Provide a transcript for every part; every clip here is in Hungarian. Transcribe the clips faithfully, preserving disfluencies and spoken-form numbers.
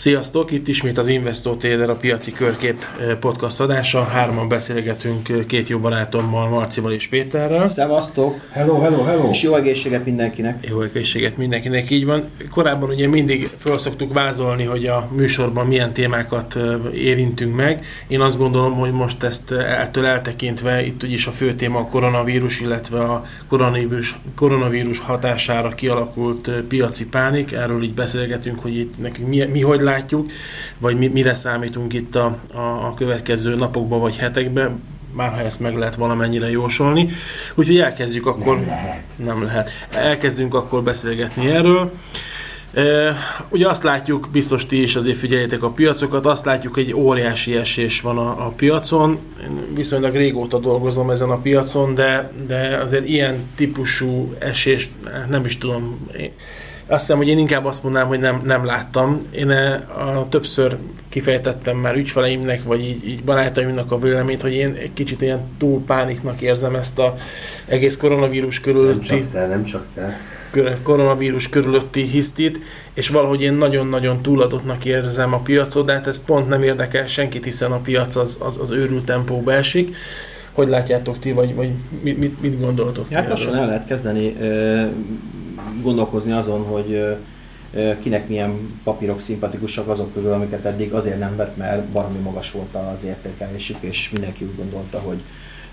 Sziasztok! Itt ismét az Investor Trader, a Piaci Körkép podcast adása. Hárman beszélgetünk két jó barátommal, Marcival és Péterrel. Szevasztok! Hello, hello, hello! És jó egészséget mindenkinek! Jó egészséget mindenkinek, így van. Korábban ugye mindig fel szoktuk vázolni, hogy a műsorban milyen témákat érintünk meg. Én azt gondolom, hogy most ezt ettől eltekintve, itt úgyis a fő téma a koronavírus, illetve a koronavírus, koronavírus hatására kialakult piaci pánik. Erről így beszélgetünk, hogy itt nekünk mi, mi hogy látjuk, vagy mi, mire számítunk itt a, a, a következő napokban vagy hetekben, már ha ezt meg lehet valamennyire jósolni. Úgyhogy elkezdjük akkor... Nem lehet. Nem lehet. Elkezdünk akkor beszélgetni erről. E, ugye azt látjuk, biztos ti is azért figyeljétek a piacokat, azt látjuk, hogy egy óriási esés van a, a piacon. Én viszonylag régóta dolgozom ezen a piacon, de, de azért ilyen típusú esés, nem is tudom... Én, Azt hiszem, hogy én inkább azt mondanám, hogy nem, nem láttam. Én a, többször kifejtettem már ügyfeleimnek, vagy így, így barátaimnak a véleményt, hogy én egy kicsit ilyen túl pániknak érzem ezt a egész koronavírus körülötti... Nem csak te, nem csak te. koronavírus körülötti hisztit, és valahogy én nagyon-nagyon túladottnak érzem a piacot, de hát ez pont nem érdekel senkit, hiszen a piac az, az, az őrült tempóba esik. Hogy látjátok ti, vagy, vagy mit, mit, mit gondoltok? Hát lassan el lehet kezdeni gondolkozni azon, hogy kinek milyen papírok szimpatikusak azok közül, amiket eddig azért nem vett, mert baromi magas volt az értékelésük, és mindenki úgy gondolta, hogy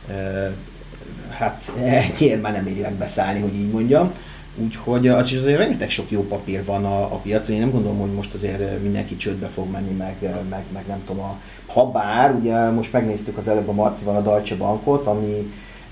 hát ennyiért már nem éri megbeszállni, hogy így mondjam. Úgyhogy az is azért rengeteg sok jó papír van a, a piacon. Én nem gondolom, hogy most azért mindenki csődbe fog menni, meg, meg, meg nem tudom, a, ha bár, ugye most megnéztük az előbb a Marcival a Deutsche Bankot, ami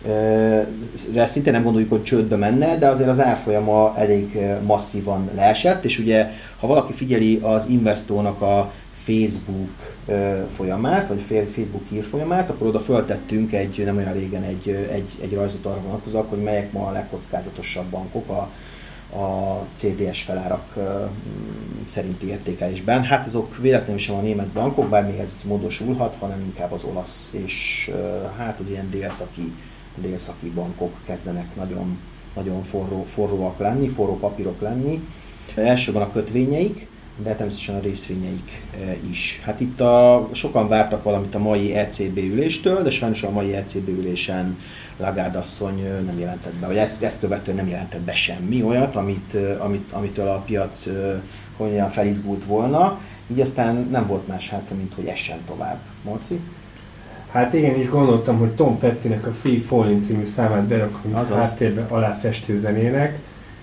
de szintén nem gondoljuk, hogy csődbe menne, de azért az árfolyama elég masszívan leesett, és ugye, ha valaki figyeli az Investónak a Facebook folyamát, vagy Facebook hír folyamát, akkor oda föltettünk egy, nem olyan régen egy, egy, egy rajzot arra vonatkozóak, hogy melyek ma a legkockázatosabb bankok a, a cé dé es felárak szerinti értékelésben. Hát azok véletlenül sem a német bankok, bár még ez módosulhat, hanem inkább az olasz, és hát az ilyen délszaki délszaki bankok kezdenek nagyon, nagyon forró, forróak lenni, forró papírok lenni. Elsőben a kötvényeik, de természetesen a részvényeik is. Hát itt a, sokan vártak valamit a mai é cé bé üléstől, de sajnos a mai é cé bé ülésen Lagarde asszony nem jelentett be, vagy ezt, ezt követően nem jelentett be semmi olyat, amit, amit, amitől a piac hogyan felizgult volna. Így aztán nem volt más hátra, mint hogy essen tovább. Marci? Hát én is gondoltam, hogy Tom Pettynek a Free Falling című számát berakom a háttérbe aláfestő zenének.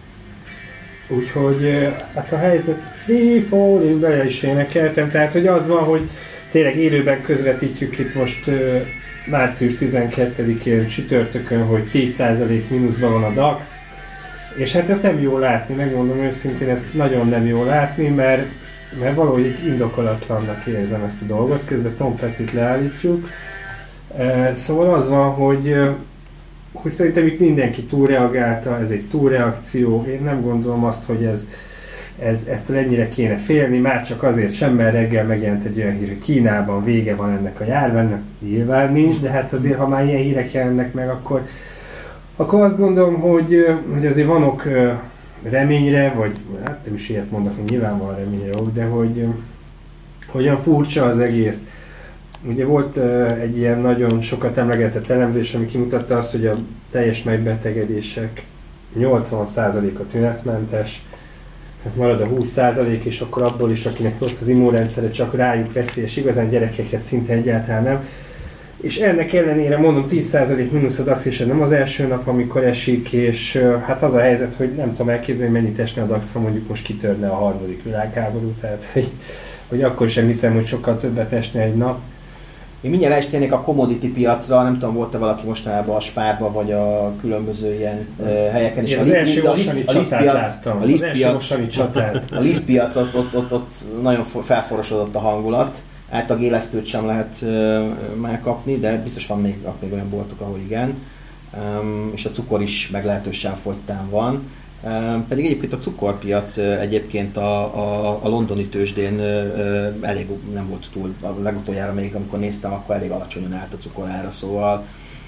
Úgyhogy hát a helyzet Free Falling bele is énekeltem, tehát hogy az van, hogy tényleg élőben közvetítjük itt most uh, március tizenkettedikén csütörtökön, hogy tíz százalék mínuszban van a DAX, és hát ezt nem jó látni, megmondom őszintén, ezt nagyon nem jó látni, mert, mert valahogy indokolatlannak érzem ezt a dolgot, közben Tom Pettyt leállítjuk. Szóval az van, hogy, hogy szerintem itt mindenki túlreagálta, ez egy túlreakció. Én nem gondolom azt, hogy ez, ez, ettől ennyire kéne félni, már csak azért sem, mert reggel megjelent egy olyan hír, hogy Kínában vége van ennek a járványnak, nyilván nincs, de hát azért, ha már ilyen hírek jelennek meg, akkor, akkor azt gondolom, hogy, hogy azért van ok reményre, vagy hát nem is ilyet mondok, hogy nyilván van reményre ok, de hogy, hogy olyan furcsa az egész. Ugye volt uh, egy ilyen nagyon sokat emlegetett elemzés, ami kimutatta azt, hogy a teljes megbetegedések nyolcvan százaléka tünetmentes, tehát marad a húsz százalék, és akkor abból is, akinek rossz az immunrendszere, csak rájuk veszélyes, igazán gyerekekre szinte egyáltalán nem. És ennek ellenére mondom, tíz százalék mínusz a DAX, és nem az első nap, amikor esik, és uh, hát az a helyzet, hogy nem tudom elképzelni, mennyit esne a DAX, ha mondjuk most kitörne a harmadik világháború, tehát hogy, hogy akkor sem hiszem, hogy sokkal többet esne egy nap. Én mindjárt estérnék a commodity piacra, nem tudom, volt-e valaki mostanában a Spárba, vagy a különböző ilyen az, uh, helyeken is. Én az a első mostani csatát láttam. A lisztpiac ott, ott, ott, ott nagyon felforosodott a hangulat. Általában élesztőt sem lehet uh, már kapni, de biztos van még, még olyan boltok, ahol igen. Um, és a cukor is meglehetősen fogytán van. Um, pedig egyébként a cukorpiac uh, egyébként a, a, a londoni tőzsdén uh, elég nem volt túl, a legutoljára még amikor néztem, akkor elég alacsonyan állt a cukorára, szóval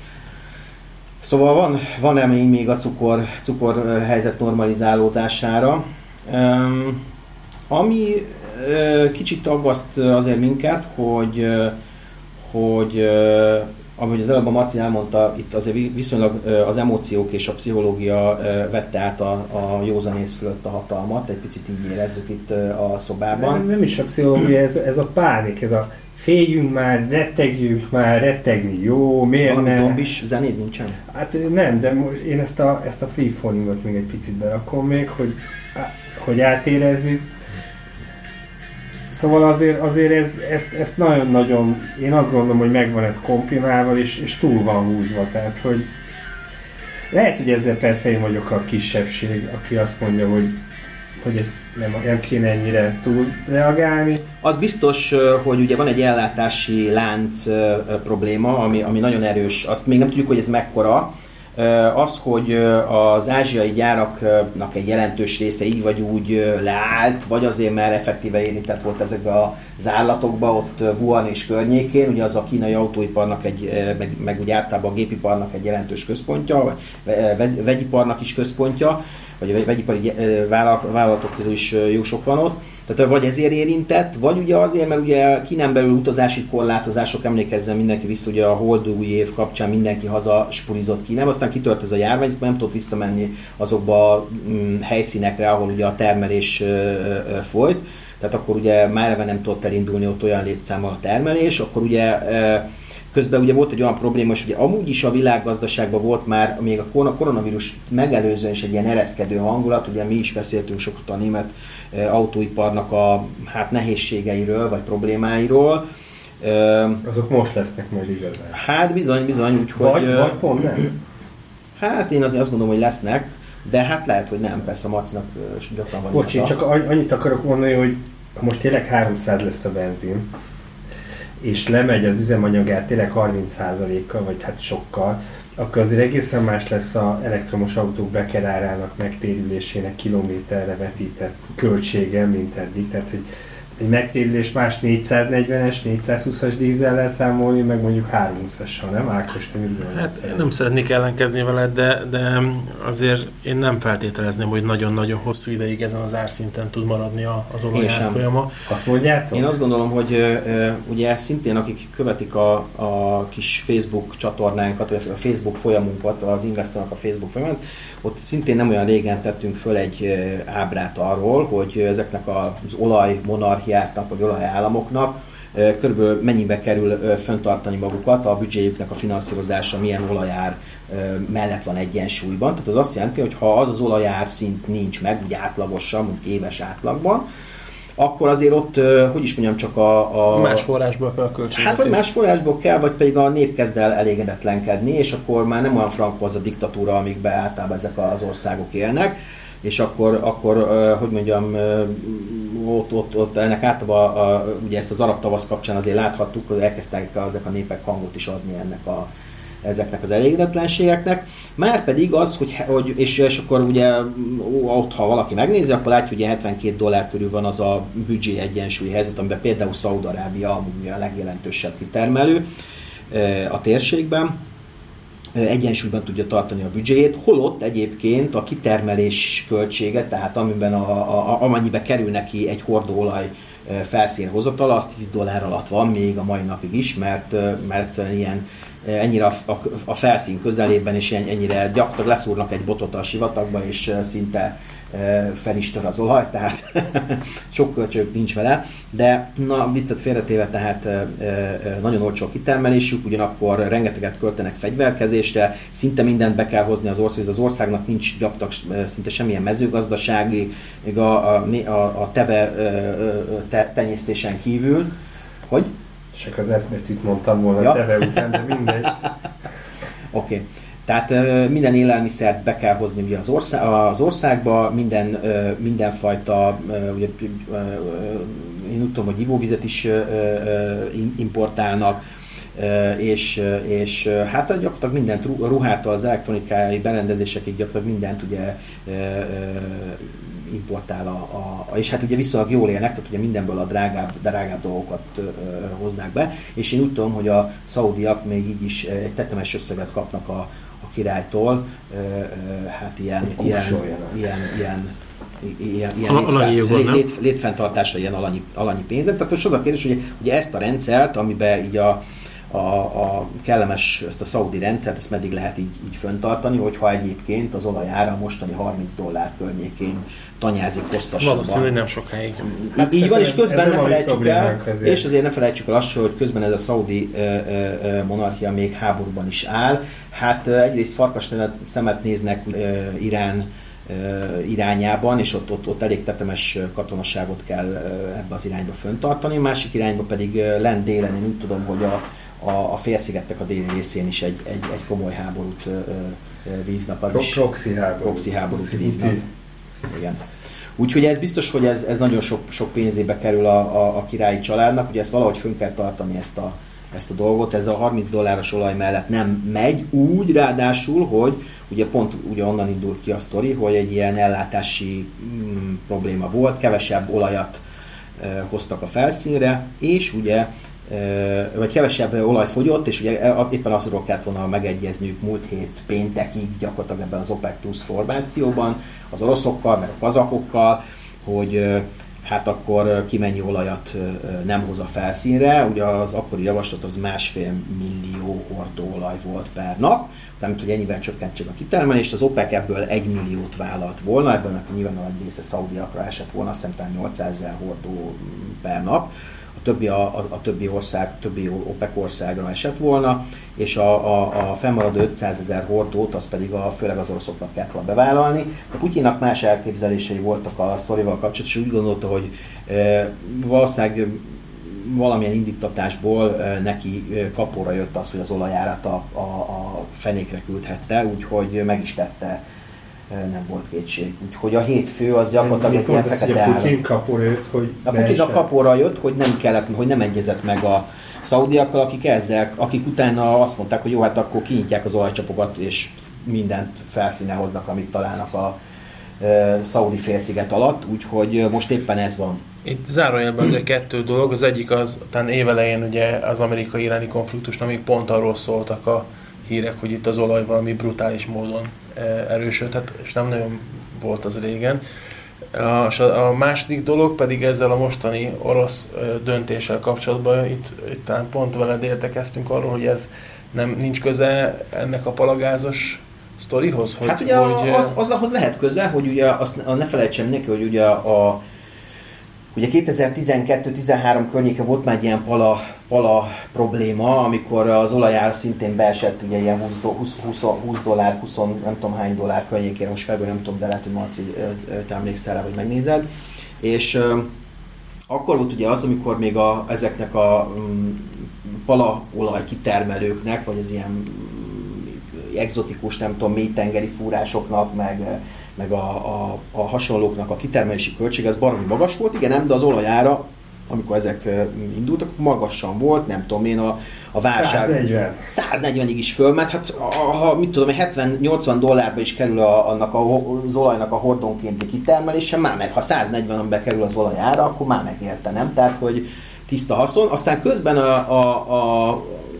szóval van, van remény még a cukor, cukor helyzet normalizálódására. Um, ami kicsit aggaszt azért minket, hogy, hogy ahogy az előbb a Marci elmondta, itt azért viszonylag az emóciók és a pszichológia vette át a, a józanész fölött a hatalmat, egy picit így érezzük itt a szobában. Nem, nem is a pszichológia, ez, ez a pánik, ez a féljünk már, rettegjünk már, rettegni jó, miért valami ne? zombis zenéd nincsen? Hát nem, de most én ezt a, ezt a free fallingot még egy picit berakom még, hogy, hogy átérezzük. Szóval azért, azért ez, ezt, ezt nagyon-nagyon, én azt gondolom, hogy megvan ez komprimálva, és, és túl van húzva, tehát hogy lehet, hogy ezzel persze én vagyok a kisebbség, aki azt mondja, hogy, hogy ez nem, nem kéne ennyire túl reagálni. Az biztos, hogy ugye van egy ellátási lánc probléma, ami, ami nagyon erős, azt még nem tudjuk, hogy ez mekkora. Az, hogy az ázsiai gyáraknak egy jelentős része így vagy úgy leállt, vagy azért, mert effektíve érintett volt ezekben az állatokban, ott Wuhan és környékén, ugye az a kínai autóiparnak, egy, meg, meg ugye általában a gépiparnak egy jelentős központja, vagy vegyiparnak is központja, vagy a vegyipari vállalatok közül is jó sok van ott. Tehát vagy ezért érintett, vagy ugye azért, mert ugye Kínán belül utazási korlátozások, emlékezzen mindenki vissza, ugye a holdúj év kapcsán mindenki haza spurizott Kínába, aztán kitört ez a járvány, nem tudott visszamenni azokba a mm, helyszínekre, ahol ugye a termelés ö, ö, folyt. Tehát akkor ugye már nem tudott elindulni ott olyan létszámmal a termelés, akkor ugye ö, közben ugye volt egy olyan probléma, hogy ugye amúgy is a világgazdaságban volt már, még a koronavírus megelőzően is egy ilyen ereszkedő hangulat, ugye mi is beszéltünk sokat a német autóiparnak a hát nehézségeiről, vagy problémáiról. Azok most lesznek majd igazán. Hát bizony, bizony, úgyhogy... Vagy, vagy pont nem? Hát én azért azt gondolom, hogy lesznek, de hát lehet, hogy nem, persze a Marcinak gyakran van. Bocsi, csak annyit akarok mondani, hogy most tényleg háromszáz lesz a benzin, és lemegy az üzemanyagár tényleg harminc százalékkal, vagy hát sokkal, akkor azért egészen más lesz az elektromos autók bekerárának megtérülésének kilométerre vetített költsége, mint eddig. Tehát egy, egy megtérülés más négyszáznegyvenes, négyszázhúszas dízellel számolni, meg mondjuk háromszázsal, nem? Ákos, te mit gondolsz? Hát én nem szeretnék ellenkezni veled, de, de azért én nem feltételezném, hogy nagyon-nagyon hosszú ideig ezen az árszinten tud maradni az olajárfolyama. Azt mondjátok? Én azt gondolom, hogy uh, ugye szintén akik követik a, a kis Facebook csatornánkat, vagy a Facebook folyamunkat, az Investornak a Facebook folyamát, ott szintén nem olyan régen tettünk föl egy uh, ábrát arról, hogy ezeknek az olajmonarchiáknak, vagy olajállamoknak uh, körülbelül mennyibe kerül uh, fenntartani magukat, a büdzséjüknek a finanszírozása milyen olajár uh, mellett van egyensúlyban. Tehát az azt jelenti, hogy ha az az olajár szint nincs meg, úgy átlagosan, úgy éves átlagban, akkor azért ott, hogy is mondjam, csak a... a más forrásból kell a költséget. Hát, vagy más forrásból kell, vagy pedig a nép kezd el elégedetlenkedni, és akkor már nem olyan frankó az a diktatúra, amikben általában ezek az országok élnek, és akkor, akkor hogy mondjam, ott, ott, ott ennek általában a, ugye ezt az arab tavasz kapcsán azért láthattuk, hogy elkezdtek ezek a népek hangot is adni ennek a ezeknek az elégedetlenségeknek. Márpedig az, hogy, hogy és, és akkor ugye ott, ha valaki megnézi, akkor látja, hogy hetvenkét dollár körül van az a büdzsé egyensúly helyzet, amiben például Szaúd-Arábia amúgy a legjelentősebb kitermelő a térségben. Egyensúlyban tudja tartani a büdzséjét, holott egyébként a kitermelés költsége, tehát amiben a, a, amennyibe kerül neki egy hordóolaj felszínhozatala, az tíz dollár alatt van még a mai napig is, mert, mert egyszerűen ilyen ennyire a, a, a felszín közelében, és ennyire gyakorlatilag leszúrnak egy botot a sivatagba, és szinte e, fel is tör az olaj, tehát sok költségük nincs vele, de na, viccet félretéve, tehát e, e, nagyon olcsó a kitermelésük, ugyanakkor rengeteget költenek fegyverkezésre, szinte mindent be kell hozni az ország, az országnak nincs gyakorlatilag szinte semmilyen mezőgazdasági, még a, a, a, a teve te, tenyésztésen kívül. Hogy? Csak az eszbetűt mondtam volna ja. Teve után, de mindegy. Oké. Okay. Tehát uh, minden élelmiszert be kell hozni ugye az, ország, az országba, minden, uh, mindenfajta, uh, ugye, uh, én úgy tudom, hogy ivóvizet is uh, uh, importálnak, uh, és, uh, és uh, hát gyakorlatilag mindent, ruhától az elektronikai berendezésekig gyakorlatilag mindent ugye uh, uh, importál, a, a, és hát ugye viszonylag jól élnek, tehát ugye mindenből a drágább, drágább dolgokat ö, hoznak be, és én úgy tudom, hogy a szaudiak még így is egy tetemes összeget kapnak a, a királytól, ö, ö, hát ilyen, ilyen, ilyen, ilyen ilyen, ilyen alanyi jogon, lét, lét, létfenntartásra ilyen alanyi, alanyi pénzet. Tehát most az a kérdés, hogy ugye ezt a rendszert, amiben így a, a, a kellemes, ezt a szaudi rendszert, ezt meddig lehet így, így fenntartani, hogyha egyébként az olajára mostani harminc dollár környékén tanyázik hosszasabban. Valószínűleg nem sokáig. Hát így van, és közben ne felejtsük el, és azért ne felejtsük el azt, hogy közben ez a szaudi ö, ö, monarchia még háborúban is áll. Hát egyrészt farkas szemet néznek ö, Irán ö, irányában, és ott, ott, ott elég tetemes katonaságot kell ö, ebbe az irányba föntartani. Másik irányba pedig ö, lent délen, én úgy tudom, hogy a, a, a félszigetek a déli részén is egy, egy, egy komoly háborút ö, ö, vívnak. Az is proxy háborút. Proxy háborút vívnak. Igen. Úgyhogy ez biztos, hogy ez, ez nagyon sok, sok pénzébe kerül a, a, a királyi családnak, ugye ezt valahogy fönn kell tartani ezt a, ezt a dolgot, ez a harminc dolláros olaj mellett nem megy, úgy ráadásul, hogy ugye pont ugye onnan indult ki a sztori, hogy egy ilyen ellátási mm, probléma volt, kevesebb olajat e, hoztak a felszínre, és ugye e, vagy kevesebb olaj fogyott, és ugye éppen azról kellett volna megegyezniük múlt hét péntekig gyakorlatilag ebben az OPEC plusz formációban, az oroszokkal, meg a kazakokkal, hogy hát akkor ki mennyi olajat nem hoz a felszínre. Ugye az akkori javaslat az másfél millió hordó olaj volt per nap, tehát hogy ennyivel csökkentsék a kitermelést, az OPEC ebből egy milliót vállalt volna, ebből nyilván a nagy része szaudiakra esett volna, azt hiszem nyolcszázezer hordó per nap. A többi, a, a, a többi ország, többi OPEC országra esett volna, és a, a, a fennmaradó ötszázezer hordót, az pedig a, főleg az oroszoknak kellett volna bevállalni. A Putyinnak más elképzelései voltak a sztorival kapcsolatban, és úgy gondolta, hogy e, valószínűleg valamilyen indítatásból e, neki kapóra jött az, hogy az olajárat a, a, a fenékre küldhette, úgyhogy meg is tette, nem volt kétség. Úgyhogy a hétfő az gyakorlatilag egy ilyen fekete áram. A Putyin kapóra jött, hogy A Putyin a kapóra jött, hogy nem kellett, hogy nem egyezett meg a szaudiakkal, akik ezzel, akik utána azt mondták, hogy jó, hát akkor kinyitják az olajcsapokat, és mindent felszíne hoznak, amit találnak a e, szaudi félsziget alatt, úgyhogy most éppen ez van. Itt zárójelben azért kettő dolog, az egyik az, talán évelején ugye az amerikai-iráni konfliktusnak még pont arról szóltak a hírek, hogy itt az olaj valami brutális módon erősödhet, és nem nagyon volt az régen. A, a második dolog pedig ezzel a mostani orosz döntéssel kapcsolatban, itt, itt talán pont veled értekeztünk arról, hogy ez nem, nincs köze ennek a palagázos sztorihoz? Hogy, hát ugye hogy, az, az ahhoz lehet köze, hogy ugye azt ne felejtsem neki, hogy ugye a Ugye kétezer-tizenkettő tizenhárom környéke volt már egy ilyen pala, pala probléma, amikor az olajár szintén beesett ugye ilyen húsz dollár, húsz nem tudom hány dollár környékére, most felből nem tudom, de lehet, hogy Marci, te emlékszel rá, vagy megnézed. És uh, akkor volt ugye az, amikor még a, ezeknek a um, palaolaj kitermelőknek, vagy az ilyen um, egzotikus, nem tudom, mélytengeri fúrásoknak, meg meg a, a, a hasonlóknak a kitermelési költség, ez baromi magas volt, igen, nem, de az olajára, amikor ezek indultak, magasan volt, nem tudom én, a, a válság száznegyven száznegyvenig is fölment, hát ha mit tudom, hetven-nyolcvan dollárba is kerül a, annak a, az olajnak a hordónkénti kitermelése, már meg, ha száznegyvenbe kerül az olajára, akkor már megérte, nem? Tehát, hogy tiszta haszon. Aztán közben a, a, a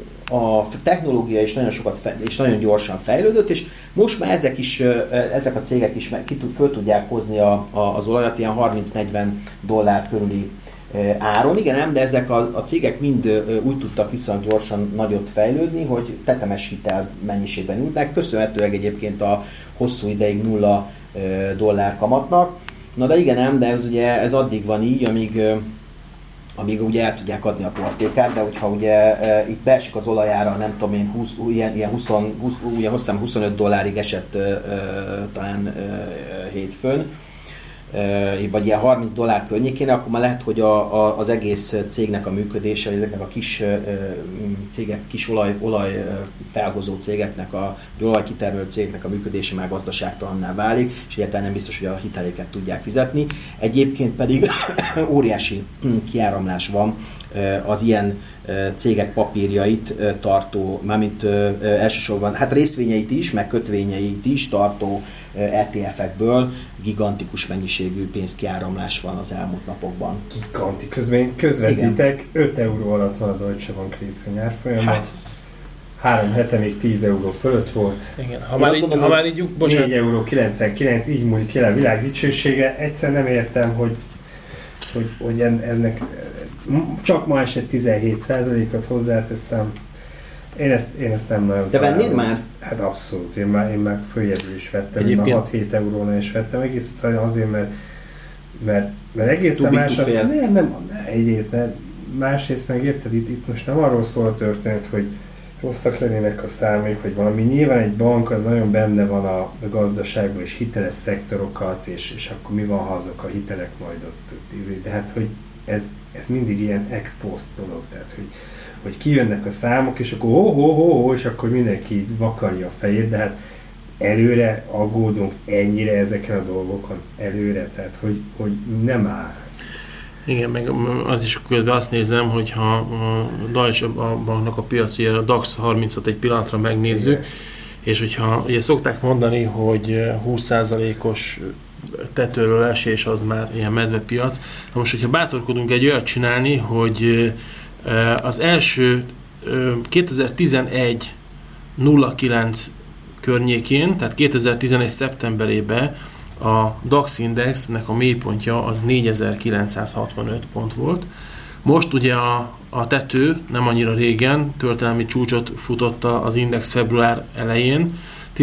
a technológia is nagyon sokat fej, és nagyon gyorsan fejlődött, és most már ezek is, ezek a cégek is ki tud, föl tudják hozni a, a, az olajat ilyen harminc-negyven dollár körüli áron. Igen, ám, de ezek a, a cégek mind úgy tudtak viszonylag gyorsan nagyot fejlődni, hogy tetemes hitel mennyiségben ülnek, köszönhetőleg egyébként a hosszú ideig nulla dollár kamatnak. Na de igen, ám, de ez, ugye, ez addig van így, amíg amíg ugye el tudják adni a portékát, de hogyha ugye e, itt beesik az olajára, nem tudom én, húsz, ilyen, ilyen húsz, húsz, ugye hosszám huszonöt dollárig esett e, e, talán e, hétfőn, e, vagy ilyen harminc dollár környékén, akkor már lehet, hogy a, a, az egész cégnek a működése, ezeknek a kis e, cégek, kis olaj, olaj felhozó cégeknek, a olajkitermelő cégeknek a működése már gazdaságtalanná válik, és egyáltalán nem biztos, hogy a hiteléket tudják fizetni. Egyébként pedig óriási kiáramlás van az ilyen cégek papírjait tartó, mármint elsősorban hát részvényeit is, meg kötvényeit is tartó é té ef-ekből gigantikus mennyiségű pénzkiáramlás van az elmúlt napokban. Giganti. Közben közvetítek, öt euró alatt van a Deutsche Bank részvény árfolyama. Hát, három hete még tíz euró fölött volt. Igen, ha már, így, ha már így, négy euró kilencvenkilenc, így múlik el a világ dicsősége. Egyszer nem értem, hogy, hogy, hogy ennek csak ma esett tizenhét százalékot hozzáteszem. Én ezt, én ezt nem nagyon Te vennéd már? Hát abszolút, én már, én már följebb is vettem, Egyébként... én már hat-hét eurónál is vettem, egész egyszerűen azért, mert, mert, mert egészen más az, nem, nem, nem, egyrészt, de másrészt meg érted, itt, itt most nem arról szól a történet, hogy rosszak lennének a számaik, vagy valami. Nyilván egy bank az nagyon benne van a, a gazdaságban, és hiteles szektorokat, és, és akkor mi van, ha azok a hitelek majd ott, de hát, hogy ez, ez mindig ilyen ex-post dolog, tehát, hogy hogy kijönnek a számok, és akkor ó, ó, ó, ó, és akkor mindenki így vakarja a fejét, de hát előre aggódunk ennyire ezeken a dolgokon, előre, tehát hogy, hogy nem áll. Igen, meg az is közben azt nézem, hogy ha a Deutsche Banknak a piac, ugye a DAX harmincat egy pillanatra megnézzük, igen. És hogyha ugye szokták mondani, hogy húsz százalékos tetőről esés az már ilyen medvepiac. Na most, hogyha bátorkodunk egy olyat csinálni, hogy az első kétezer-tizenegy nulla kilenc környékén, tehát kétezer-tizenegy szeptemberében a DAX Indexnek a mélypontja az négyezer-kilencszázhatvanöt pont volt. Most ugye a, a tető nem annyira régen, történelmi csúcsot futotta az Index február elején,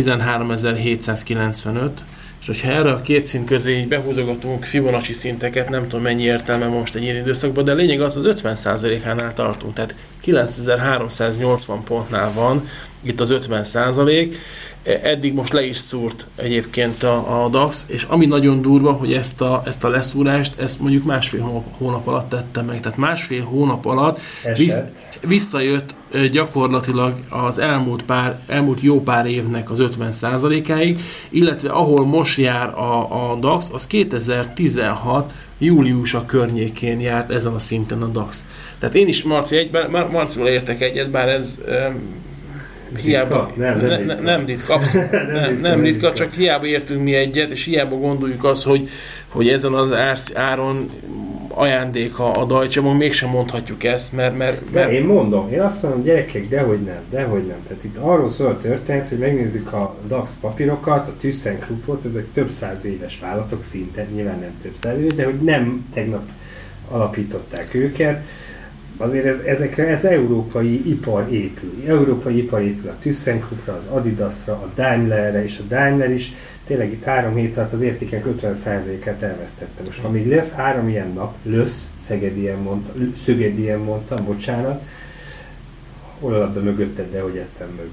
tizenháromezer-hétszázkilencvenöt, és hogyha erre a két szint közé így behúzogatunk Fibonacci szinteket, nem tudom mennyi értelme most egy ilyen időszakban, de a lényeg az, az ötven százalékánál tartunk, tehát kilencezer-háromszáznyolcvan pontnál van itt az ötven százalék. Eddig most le is szúrt egyébként a, a DAX, és ami nagyon durva, hogy ezt a, ezt a leszúrást, ezt mondjuk másfél hónap alatt tette meg, tehát másfél hónap alatt visz, visszajött gyakorlatilag az elmúlt, pár, elmúlt jó pár évnek az ötven százalékáig, illetve ahol most jár a, a DAX, az kétezer-tizenhat júliusa környékén járt ezen a szinten a DAX. Tehát én is Marci egyben, Marcival értek egyet, bár ez hiába, nem, nem, ne, ritka. nem ritka, abszolút, nem, nem, ritka, nem ritka, ritka, csak hiába értünk mi egyet, és hiába gondoljuk azt, hogy, hogy ezen az áron ajándéka a Deutsche Bank, mégsem mondhatjuk ezt, mert... mert, mert... De én mondom, én azt mondom, gyerekek, dehogy nem, dehogy nem. Tehát itt arról szól a történet, hogy megnézzük a DAX papírokat, a ThyssenKruppot, ezek több száz éves vállalatok, szinte nyilván nem több száz éves, de hogy nem tegnap alapították őket. Azért ez, ezekre, ez európai ipar épül. Európai ipar épül a ThyssenKruppra, az Adidasra, a Daimlerre, és a Daimler is tényleg itt három hét alatt az értékek ötven százalékát elvesztette. Most ha még lesz három ilyen nap, lösz, Szegedien mondta, Szögedien mondtam, bocsánat, hol a labda mögötted, de hogy ettem mög.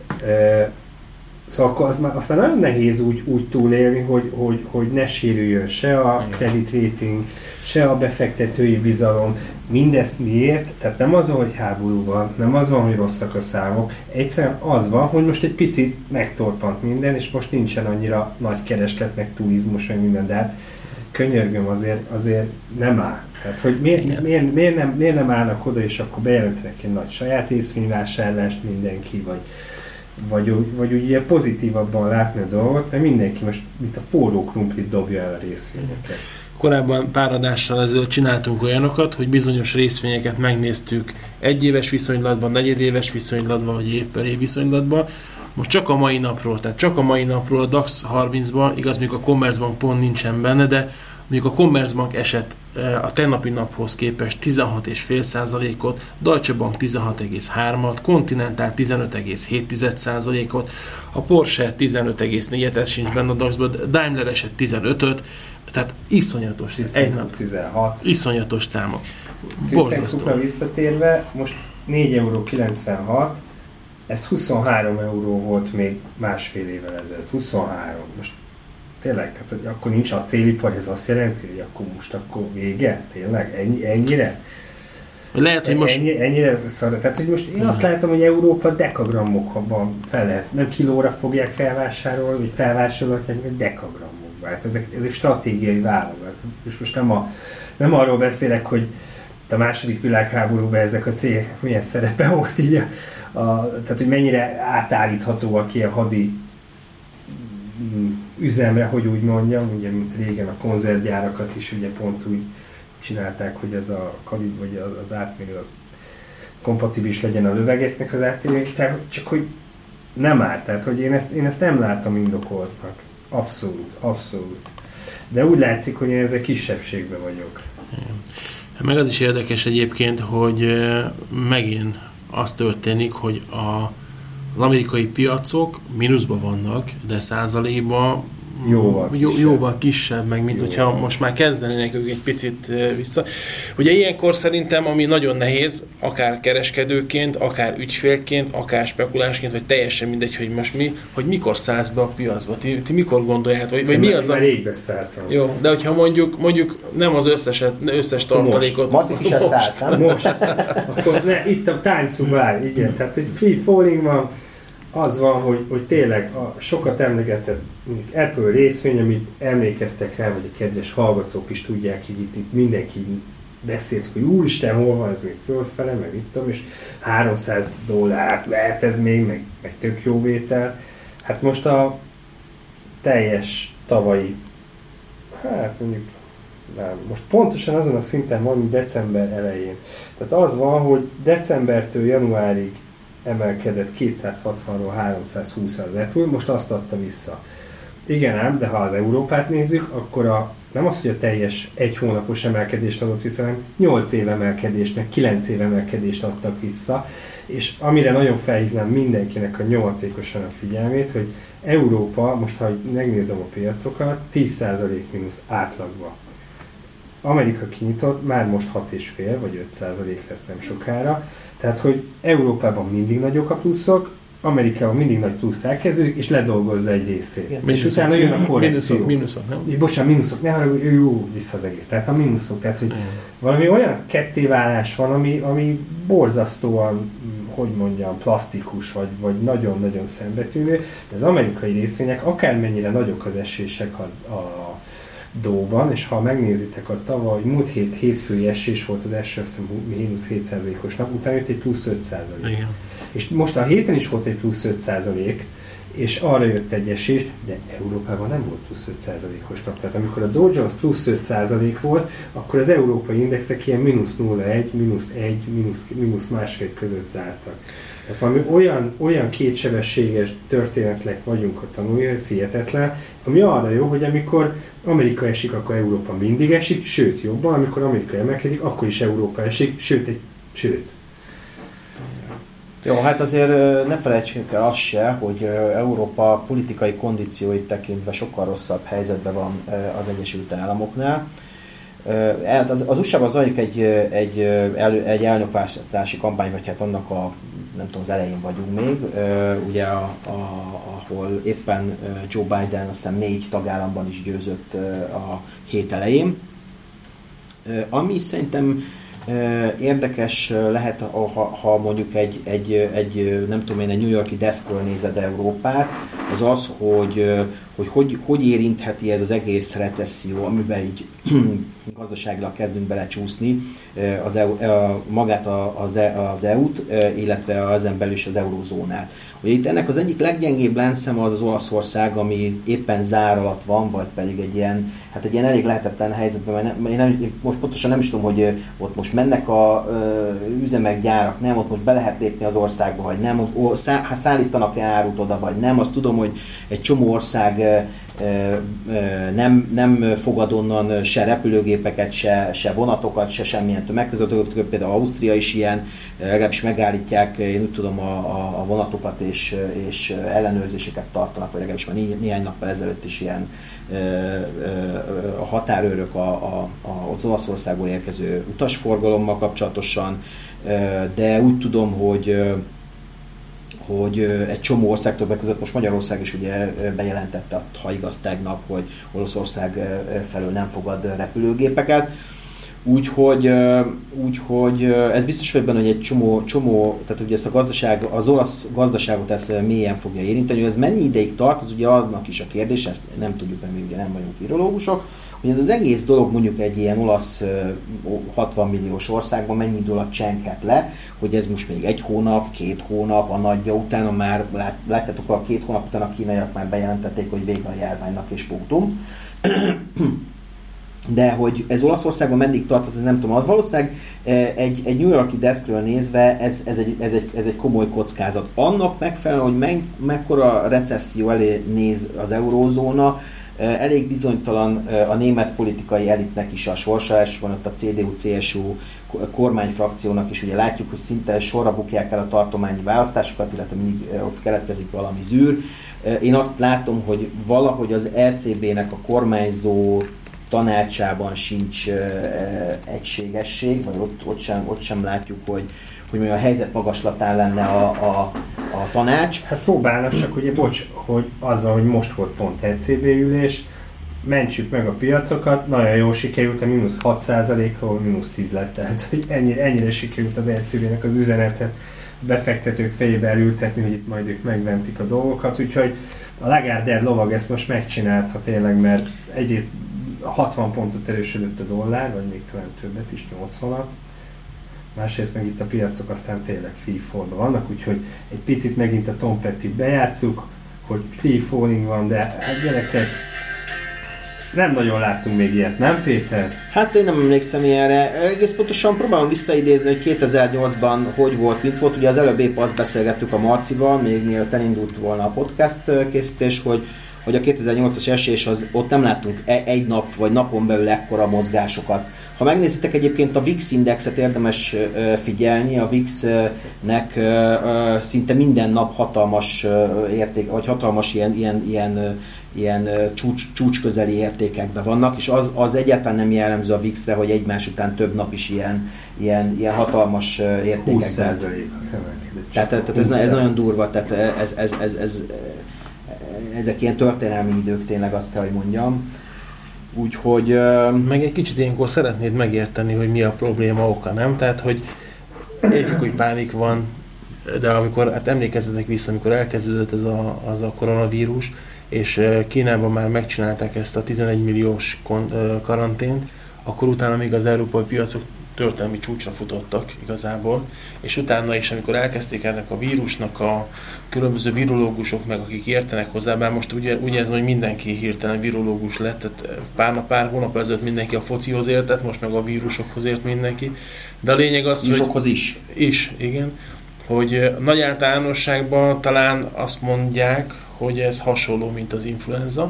E, szóval akkor az már, azt már nagyon nehéz úgy, úgy túlélni, hogy, hogy, hogy ne sérüljön se a credit rating, se a befektetői bizalom. Mindezt miért? Tehát nem az van, hogy háború van, nem az van, hogy rosszak a számok. Egyszerűen az van, hogy most egy picit megtorpant minden, és most nincsen annyira nagy kereslet, meg turizmus, meg minden, de hát könyörgöm, azért, azért nem áll. Tehát, hogy miért, miért, miért, nem, miért nem állnak oda, és akkor bejelentenek egy nagy saját részvényvásárlást mindenki, vagy vagy, vagy úgy ilyen pozitívabban látni a dolgot, mert mindenki most, mint a forró krumplit dobja el a részvényeket. Korábban pár adással ezelőtt csináltunk olyanokat, hogy bizonyos részvényeket megnéztük egyéves viszonylatban, negyedéves viszonylatban, vagy év per év viszonylatban. Most csak a mai napról, tehát csak a mai napról a DAX harmincban, igaz, mondjuk a Commerzbank pont nincsen benne, de mondjuk a Commerzbank esett a tegnapi naphoz képest tizenhat egész öt százalékot, Deutsche Bank tizenhat egész hármat, Continental tizenöt egész hét százalékot, a Porsche tizenöt egész négyet, ez sincs benne a DAX-ban, Daimler esett tizenötöt, tehát iszonyatos, egy nap, tizenhat. Iszonyatos számok. ThyssenKruppra visszatérve, most négy euró kilencvenhat, ez huszonhárom euró volt még másfél évvel ezelőtt, huszonhárom. Most tényleg, tehát hogy akkor nincs a célipar, ez azt jelenti, hogy akkor most akkor vége? Tényleg? Ennyi, ennyire? Lehet, hogy most... Ennyi, ennyire szar. Tehát, hogy most én azt látom, hogy Európa dekagrammokban fel lehet. Nem kilóra fogják felvásárolni, vagy felvásárolhatják, hanem dekagrammokban. Hát ezek, ezek stratégiai vállalatok. És most nem, a, nem arról beszélek, hogy a második világháborúban ezek a cégek milyen szerepe volt így a, a, tehát, hogy mennyire átállíthatóak ilyen hadi üzemre, hogy úgy mondjam, ugye, mint régen a konzervgyárakat is ugye pont úgy csinálták, hogy ez a kalib, vagy az átmérő az kompatibilis legyen a lövegeknek az áttérés, csak hogy nem áll, tehát hogy én ezt, én ezt nem látom indokoltnak. Abszolút, abszolút. De úgy látszik, hogy én ezzel kisebbségben vagyok. Meg az is érdekes egyébként, hogy megint az történik, hogy a, az amerikai piacok mínuszban vannak, de százalékban jóval jó, kisebb. jóval kisebb, meg mint jóval. Hogyha most már kezdenének ők egy picit vissza. Ugye ilyenkor szerintem, ami nagyon nehéz, akár kereskedőként, akár ügyfélként, akár spekulásként, vagy teljesen mindegy, hogy most mi, hogy mikor szállsz be a piacba. Ti, ti mikor gondoljátok, vagy, vagy mi az a... Már rég beszálltam. Jó, de hogyha mondjuk, mondjuk nem az összeset, összes tartalékot... Most. Maci is szállt, Most. Akkor ne, itt a time to buy, igen. Tehát, hogy free falling van, az van, hogy, hogy tényleg a sokat emlegetett Apple részvény, amit emlékeztek rá, vagy a kedves hallgatók is tudják, hogy itt, itt mindenki beszélt, hogy úristen, hol van ez még fölfele, meg itt tudom, és háromszáz dollár, lehet ez még, meg, meg tök jó vétel. Hát most a teljes tavalyi, hát mondjuk, nem, most pontosan azon a szinten van, mint december elején. Tehát az van, hogy decembertől januárig emelkedett kétszázhatvanról háromszázhúszra az Apple, most azt adta vissza. Igen ám, de ha az Európát nézzük, akkor a, nem az, hogy a teljes egy hónapos emelkedést adott vissza, hanem nyolc év emelkedést, meg kilenc év emelkedést adtak vissza, és amire nagyon felhívnám mindenkinek a nyomatékosan a figyelmét, hogy Európa, most ha megnézem a piacokat, tíz százalék mínusz átlagban. Amerika kinyitott, már most hat egész öt vagy öt százalék lesz nem sokára, tehát hogy Európában mindig nagyok a pluszok, Amerikában mindig nagy plusz elkezdődik, és ledolgozza egy részét. Igen, és utána jön a korrekció. Mínuszok, mínuszok, nem? Bocsánat, mínuszok, ne haragudj, jó, vissza az egész. Tehát a mínuszok, tehát hogy mm. valami olyan kettéválás van, ami, ami borzasztóan, hogy mondjam, plastikus, vagy, vagy nagyon-nagyon szembetűnő. Az amerikai részvények, akármennyire nagyok az esések a, a Dóban, és ha megnézitek a tavaly, múlt hét hétfői esés volt az első, azt hiszem, mínusz hét százalékos nap, utána jött egy plusz öt százalék. Igen. És most a héten is volt egy plusz öt százalék, és arra jött egy esés, de Európában nem volt plusz öt százalékos nap. Tehát amikor a Dow Jones plusz öt százalék volt, akkor az európai indexek ilyen mínusz nulla egész egy, mínusz egy, mínusz, mínusz másfél között zártak. Tehát valami olyan, olyan kétsebességes történetnek vagyunk a tanulja, ez hihetetlen, ami arra jó, hogy amikor Amerika esik, akkor Európa mindig esik, sőt jobban, amikor Amerika emelkedik, akkor is Európa esik, sőt, egy, sőt. Jó, hát azért ne felejtsük el azt se, hogy Európa politikai kondícióit tekintve sokkal rosszabb helyzetben van az Egyesült Államoknál. Az, az u es á-ban zajlik egy, egy, elő, egy elnökválasztási kampány, vagy hát annak a, nem tudom, az elején vagyunk még, ugye a, a, ahol éppen Joe Biden azt hiszem négy tagállamban is győzött a hét elején. Ami szerintem érdekes lehet, ha, ha mondjuk egy, egy, egy, nem tudom én, egy New York-i deszkről nézed Európát, az az, hogy hogy, hogy hogy érintheti ez az egész recesszió, amiben így gazdaságilag kezdünk belecsúszni az E U, magát az, az é u-t, illetve ezen belül is az eurózónát. Ugye itt ennek az egyik leggyengébb láncszeme az az Olaszország, ami éppen zár alatt van, vagy pedig egy ilyen, hát egy ilyen elég lehetetlen helyzetben, mert nem, én nem, most pontosan nem is tudom, hogy ott most mennek a ö, üzemek, gyárak, nem, ott most be lehet lépni az országba, vagy nem, o, szá, szállítanak-e árut oda, vagy nem, azt tudom, hogy egy csomó ország ö, ö, nem, nem fogad onnan se repülőgépeket, se, se vonatokat, se semmilyen tömegközlekedőt, például Ausztria is ilyen, legalábbis megállítják, én úgy tudom, a, a, a vonatokat és, és ellenőrzéseket tartanak, vagy legalábbis már né, néhány nappal ezelőtt is ilyen ö, ö, a határőrök a, a, a, az Olaszországból érkező utasforgalommal kapcsolatosan, ö, de úgy tudom, hogy hogy egy csomó ország többek között most Magyarország is ugye bejelentette, ha igaz tegnap, hogy Olaszország felől nem fogad repülőgépeket. Úgyhogy, úgyhogy ez biztos vagy benne, hogy egy csomó, csomó, tehát ugye ezt a gazdaság, az olasz gazdaságot ezt mélyen fogja érinteni, hogy ez mennyi ideig tart, az ugye annak is a kérdés, ezt nem tudjuk, mert mi ugye nem vagyunk virológusok, hogy ez az egész dolog mondjuk egy ilyen olasz hatvan milliós országban mennyi idő alatt csenkhet le, hogy ez most még egy hónap, két hónap, a nagyja utána már, lát, látjátok, a két hónap után a kínaiak már bejelentették, hogy vége a járványnak és punktum. de hogy ez Olaszországban meddig tartott, ez nem tudom. Valószínűleg egy, egy New York-i deszkről nézve ez, ez, egy, ez, egy, ez egy komoly kockázat. Annak megfelelően, hogy meg, mekkora recesszió elé néz az eurózóna, elég bizonytalan a német politikai elitnek is a sorsa, és van ott a cé dé u cé es u kormányfrakciónak is, ugye látjuk, hogy szinte sorra bukják el a tartományi választásokat, illetve mindig ott keletkezik valami zűr. Én azt látom, hogy valahogy az é cé bé-nek a kormányzó tanácsában sincs egységesség, vagy ott, ott, sem, ott sem látjuk, hogy, hogy a helyzet magaslatán lenne a, a, a tanács. Hát próbálnak, csak ugye bocs, hogy azzal, hogy most volt pont é cé bé ülés, mentsük meg a piacokat, nagyon jól sikerült, a mínusz hat százalékról mínusz tíz lett, tehát hogy ennyire, ennyire sikerült az é cé bé-nek az üzenetet befektetők fejébe elültetni, hogy itt majd ők megmentik a dolgokat, úgyhogy a Lagarde lovag ezt most megcsinálta tényleg, mert egyrészt hatvan pontot erősödött a dollár, vagy még talán többet is, nyolcvanat. Másrészt meg itt a piacok aztán tényleg free fall-ban vannak, úgyhogy egy picit megint a Tom Pettit bejátszuk, hogy free falling van, de hát gyerekek, nem nagyon láttunk még ilyet, nem Péter? Hát én nem emlékszem ilyenre. Egész pontosan próbálom visszaidézni, hogy kétezer-nyolcban hogy volt, mint volt. Ugye az előbb épp azt beszélgettük a Marcival, még mielőtt elindult volna a podcast készítés, hogy hogy a kétezer-nyolcas esés, az, ott nem láttunk egy nap vagy napon belül ekkora mozgásokat. Ha megnézitek egyébként a vé i iksz indexet, érdemes figyelni, a vé i iksz-nek szinte minden nap hatalmas érték, vagy hatalmas ilyen, ilyen, ilyen, ilyen csúcs, csúcs közeli értékekben vannak, és az, az egyáltalán nem jellemző a vé i iksz-re, hogy egymás után több nap is ilyen, ilyen, ilyen hatalmas értékekben. húsz százalékot emelkedett. Tehát, tehát ez, ez nagyon durva, tehát ez, ez, ez, ez ezek ilyen történelmi idők, tényleg azt kell, hogy mondjam. Úgyhogy... Meg egy kicsit ilyenkor szeretnéd megérteni, hogy mi a probléma oka, nem? Tehát, hogy értjük, hogy pánik van, de amikor, hát emlékezzetek vissza, amikor elkezdődött ez a, az a koronavírus, és Kínában már megcsinálták ezt a tizenegy milliós karantént, akkor utána még az európai piacok történelmi csúcsra futottak igazából, és utána is, amikor elkezdték ennek a vírusnak a különböző virológusok meg, akik értenek hozzá, bár most ugye, ugye ez, hogy mindenki hirtelen virológus lett, tehát pár nap, pár hónap ezelőtt mindenki a focihoz értett, most meg a vírusokhoz ért mindenki, de a lényeg az, vírusokhoz hogy... is. Is, igen. Hogy nagy általánosságban talán azt mondják, hogy ez hasonló, mint az influenza.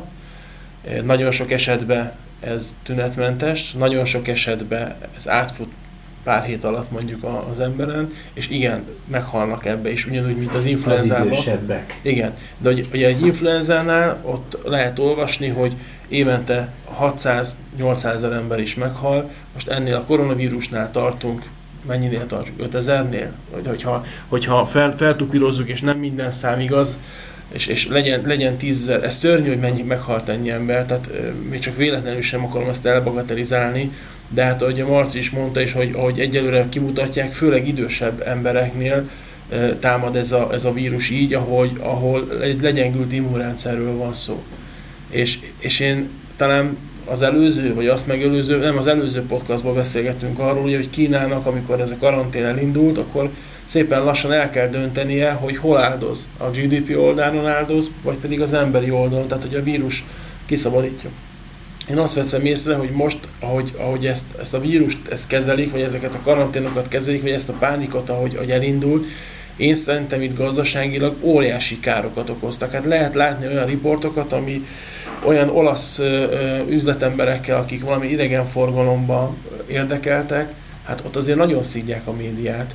Nagyon sok esetben ez tünetmentes, nagyon sok esetben ez átfut pár hét alatt mondjuk az emberen, és igen, meghalnak ebbe is, ugyanúgy, mint az influenzában. Az idősebbek. Igen, de hogy, hogy egy influenzánál ott lehet olvasni, hogy évente hatszáz-nyolcszáz ember is meghal, most ennél a koronavírusnál tartunk, mennyinél tartunk? ötezernél? Vagy hogyha, hogyha fel, feltupírozzuk, és nem minden szám igaz, és, és legyen, legyen tízezer, ez szörnyű, hogy mennyi meghalt ennyi ember, tehát euh, még csak véletlenül sem akarom ezt elbagatelizálni, de hát ahogy a Marci is mondta is, hogy ahogy egyelőre kimutatják, főleg idősebb embereknél euh, támad ez a, ez a vírus így, ahogy, ahol egy legyengült immunrendszerről van szó. És, és én talán az előző, vagy azt megelőző, nem az előző podcastban beszélgettünk arról, hogy Kínának, amikor ez a karantén elindult, akkor szépen lassan el kell döntenie, hogy hol áldoz. A gé dé pé oldalon áldoz, vagy pedig az emberi oldalon, tehát hogy a vírus kiszabadítja. Én azt veszem észre, hogy most, ahogy, ahogy ezt, ezt a vírust ezt kezelik, vagy ezeket a karanténokat kezelik, vagy ezt a pánikot, ahogy, ahogy elindult, én szerintem itt gazdaságilag óriási károkat okoztak. Hát lehet látni olyan riportokat, ami olyan olasz ö, üzletemberekkel, akik valami idegenforgalomban érdekeltek, hát ott azért nagyon szídják a médiát.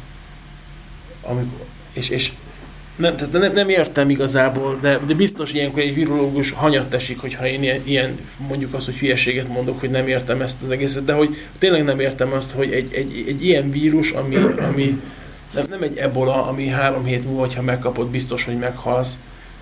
Amikor, és, és nem, tehát nem, nem értem igazából, de, de biztos ilyenkor egy virológus hanyat esik, hogyha én ilyen, ilyen, mondjuk azt, hogy hülyeséget mondok, hogy nem értem ezt az egészet, de hogy tényleg nem értem azt, hogy egy, egy, egy ilyen vírus, ami, ami nem, nem egy ebola, ami három hét múlva, hogyha megkapod, biztos, hogy meghalsz.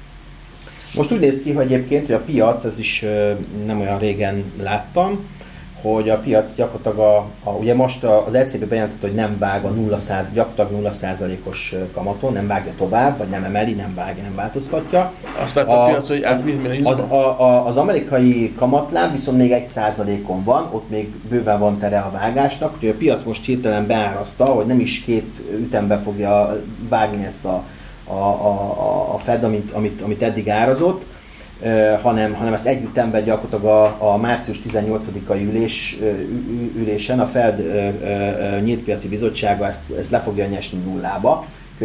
Most úgy néz ki, hogy egyébként, hogy a piac, ez is nem olyan régen láttam, hogy a piac gyakorlatilag, a, a, ugye most az é cé bé bejelentett, hogy nem vág a nulla százalék, gyakorlatilag nulla százalékos kamaton, nem vágja tovább, vagy nem emeli, nem vágja, nem változtatja. Azt vett a, a piac, hogy ez az, az, a, a, az amerikai kamatláb viszont még egy százalékon van, ott még bőven van tere a vágásnak, úgyhogy a piac most hirtelen beáraszta, hogy nem is két ütemben fogja vágni ezt a, a, a, a Fed, amit, amit, amit eddig árazott. hanem, hanem ezt együttemben gyakorlatilag a, a március tizennyolcadikai ülés, ülésen a Fed nyílt piaci bizottsága ezt, ezt le fogja nyesni nullába,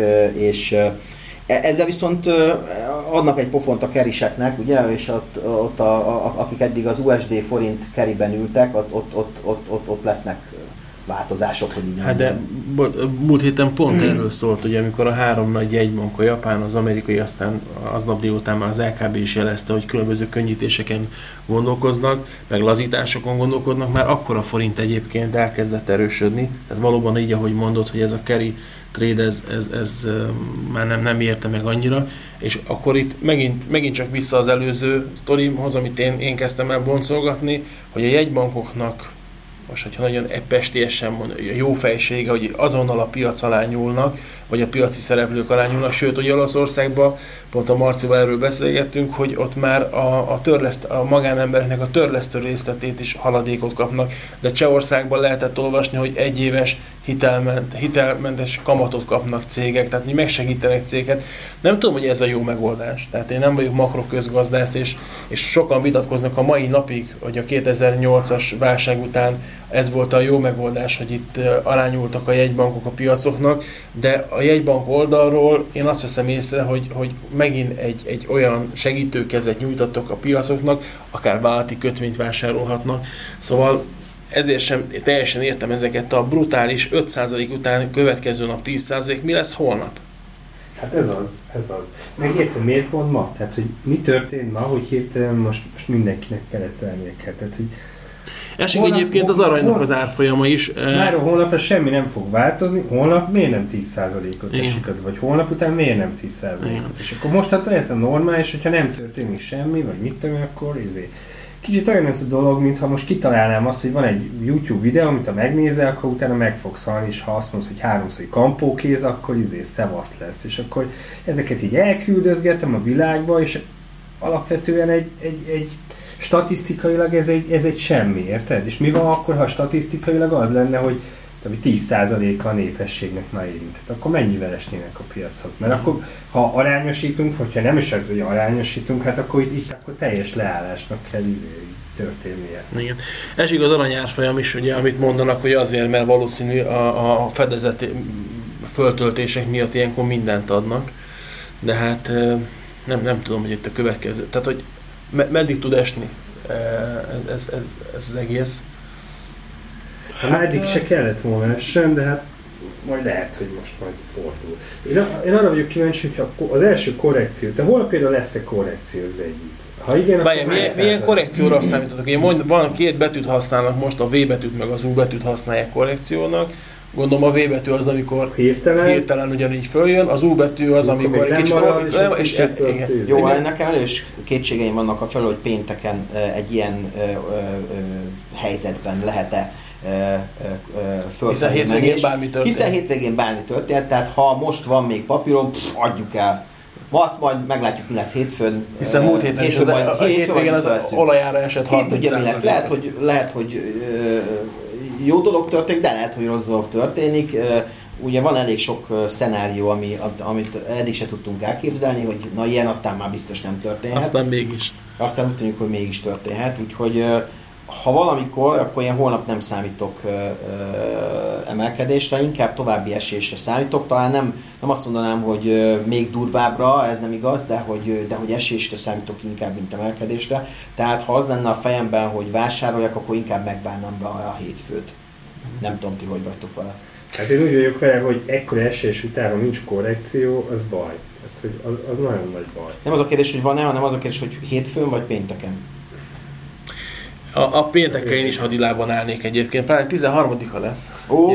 és ezzel viszont adnak egy pofont a keriseknek, ugye, és ott, ott a, a, akik eddig az u es dé forint keriben ültek, ott, ott, ott, ott, ott, ott lesznek változások, hogy így hát de múlt héten pont erről szólt, ugye, amikor a három nagy jegybank, a japán, az amerikai, aztán aznap délután már az el ká bé is jelezte, hogy különböző könnyítéseken gondolkoznak, meg lazításokon gondolkodnak, már akkor a forint egyébként elkezdett erősödni. Ez valóban így, ahogy mondod, hogy ez a carry trade, ez, ez, ez már nem, nem érte meg annyira, és akkor itt megint, megint csak vissza az előző sztorimhoz, amit én, én kezdtem el boncolgatni, hogy a jegybankoknak most, hogyha nagyon pestélyesen mondja, jó fejsége, hogy azonnal a piac alá nyúlnak, vagy a piaci szereplők alá nyúlnak, sőt, hogy Olaszországban, pont a Marcival erről beszélgettünk, hogy ott már a, a, törleszt, a magánembereknek a törlesztő részletét is haladékot kapnak, de Csehországban lehetett olvasni, hogy egyéves hitelment, hitelmentes kamatot kapnak cégek, tehát hogy megsegítenek céget. Nem tudom, hogy ez a jó megoldás. Tehát én nem vagyok makroközgazdász, és, és sokan vitatkoznak a mai napig, hogy a kétezer-nyolcas válság után ez volt a jó megoldás, hogy itt alányultak a jegybankok a piacoknak, de a jegybank oldalról én azt veszem észre, hogy, hogy megint egy, egy olyan segítőkezet nyújtattok a piacoknak, akár vállalati kötvényt vásárolhatnak. Szóval ezért sem teljesen értem ezeket a brutális öt százalék után következő nap tíz százalék. Mi lesz holnap? Hát ez az, ez az. Meg értem, miért pont ma? Tehát, hogy mi történt ma, hogy hirtelen most, most mindenkinek kellett elmélkedni. Tehát, hogy esik holnap, egyébként az aranynak holnap, az árfolyama is. Már a holnapra semmi nem fog változni, holnap miért nem tíz százalékot esik, vagy holnap után miért nem tíz százalékot. És akkor most hát ez a normális, hogyha nem történik semmi, vagy mit tudom, akkor izé. Kicsit olyan ez a dolog, mintha most kitalálnám azt, hogy van egy YouTube videó, amit ha megnézel, akkor utána meg fogsz halni, és ha azt mondod, hogy háromszor kampókéz, akkor izé szevasz lesz. És akkor ezeket így elküldözgetem a világba, és alapvetően egy, egy, egy statisztikailag ez egy, ez egy semmi, érted? És mi van akkor, ha statisztikailag az lenne, hogy tíz százaléka a népességnek már érintett, akkor mennyivel esnének a piacok? Mert mm. akkor, ha arányosítunk, vagy ha nem is az, hogy arányosítunk, hát akkor itt, itt akkor teljes leállásnak kell izé történnie. Igen. Esik az aranyárfolyam is, ugye, amit mondanak, hogy azért, mert valószínű a, a fedezeti föltöltések miatt ilyenkor mindent adnak, de hát nem, nem tudom, hogy itt a következő. Tehát, hogy meddig tud esni ez, ez, ez, ez az egész? Hát eddig se kellett volna essen, de hát majd lehet, hogy most majd fordul. Én, én arra vagyok kíváncsi, hogy az első korrekció, te hol például lesz-e korrekció az egyik? Ha igen, Bája, akkor milyen, milyen korrekcióra számítotok? Ugye van két betűt használnak most, a V betűt meg az U betűt használják korrekciónak. Gondolom a V betű az, amikor hirtelen, hirtelen ugyanígy följön, az U betű az, amikor egy kicsit marad, és, és, és e, igen. Jó, ennek elős kétségeim vannak a felől, hogy pénteken egy ilyen ö, ö, ö, helyzetben lehet-e Ö, hiszen hétvégén bármi történt. Hiszen hétvégén bármi történt, tehát ha most van még papíron, pff, adjuk el. Ma azt majd meglátjuk, mi lesz hétfőn. Hiszen múlt héten is az, a, a hétvégén az olajára esett harminc százalékot. Lehet, hogy, lehet, hogy ö, jó dolog történik, de lehet, hogy rossz dolog történik. Ö, ugye van elég sok szenárió, ami, amit eddig se tudtunk elképzelni, hogy na ilyen aztán már biztos nem történhet. Aztán mégis. Aztán úgy tűnik, hogy mégis történhet, úgyhogy ö, ha valamikor, akkor én holnap nem számítok ö, ö, emelkedésre, inkább további esésre számítok. Talán nem, nem azt mondanám, hogy ö, még durvábbra, ez nem igaz, de hogy, de hogy esésre számítok inkább, mint emelkedésre. Tehát ha az lenne a fejemben, hogy vásároljak, akkor inkább megvárnám be a hétfőt. Nem tudom, ti hogy vagytok vele. Hát én úgy vagyok vele, hogy ekkora esés után, nincs korrekció, az baj. Tehát, hogy az, az nagyon nagy baj. Nem az a kérdés, hogy van-e, hanem az a kérdés, hogy hétfőn vagy pénteken. A, a péntekkel én is hadilában állnék egyébként, pár tizenharmadika lesz. Ó,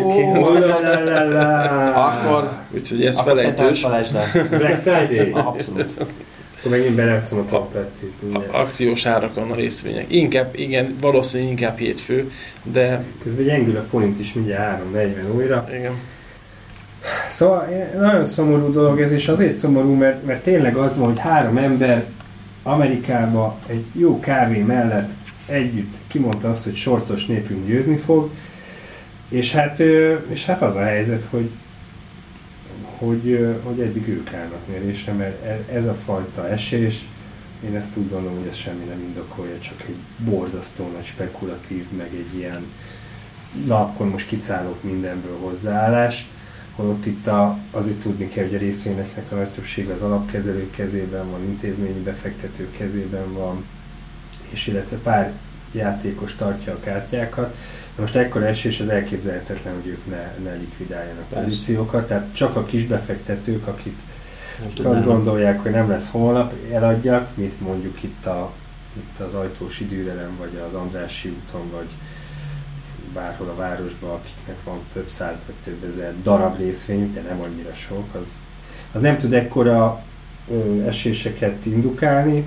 akkor, úgyhogy ez felejtős. Black Friday? Abszolút. Akkor megint beletszom a tablettit. Akciós árakon a részvények. Inkább, igen, valószínűleg inkább hétfő, de... Közben gyengül a forint is mindjárt három negyven újra. Igen. Szóval nagyon szomorú dolog ez, és azért szomorú, mert, mert tényleg az van, hogy három ember Amerikában egy jó kávé mellett együtt kimondta azt, hogy sortos népünk győzni fog, és hát, és hát az a helyzet, hogy, hogy, hogy eddig ők állnak mérésre, mert ez a fajta esés, én ezt úgy gondolom, hogy ez semmi nem indokolja, csak egy borzasztó nagy spekulatív, meg egy ilyen, na akkor most kiszállok mindenből hozzáállás, holott itt a, azért tudni kell, hogy a részvényeknek a nagy többsége az alapkezelők kezében van, intézményi befektetők kezében van, és illetve pár játékos tartja a kártyákat. De most ekkora esés az elképzelhetetlen, hogy ők ne, ne likvidáljanak pozíciókat, tehát csak a kis befektetők, akik azt gondolják, hogy nem lesz holnap, eladjak, mint mondjuk itt, a, itt az Ajtósi Dűrelem, vagy az Andrássy úton, vagy bárhol a városban, akiknek van több száz vagy több ezer darab részvény, de nem annyira sok, az, az nem tud ekkora ö, eséseket indukálni,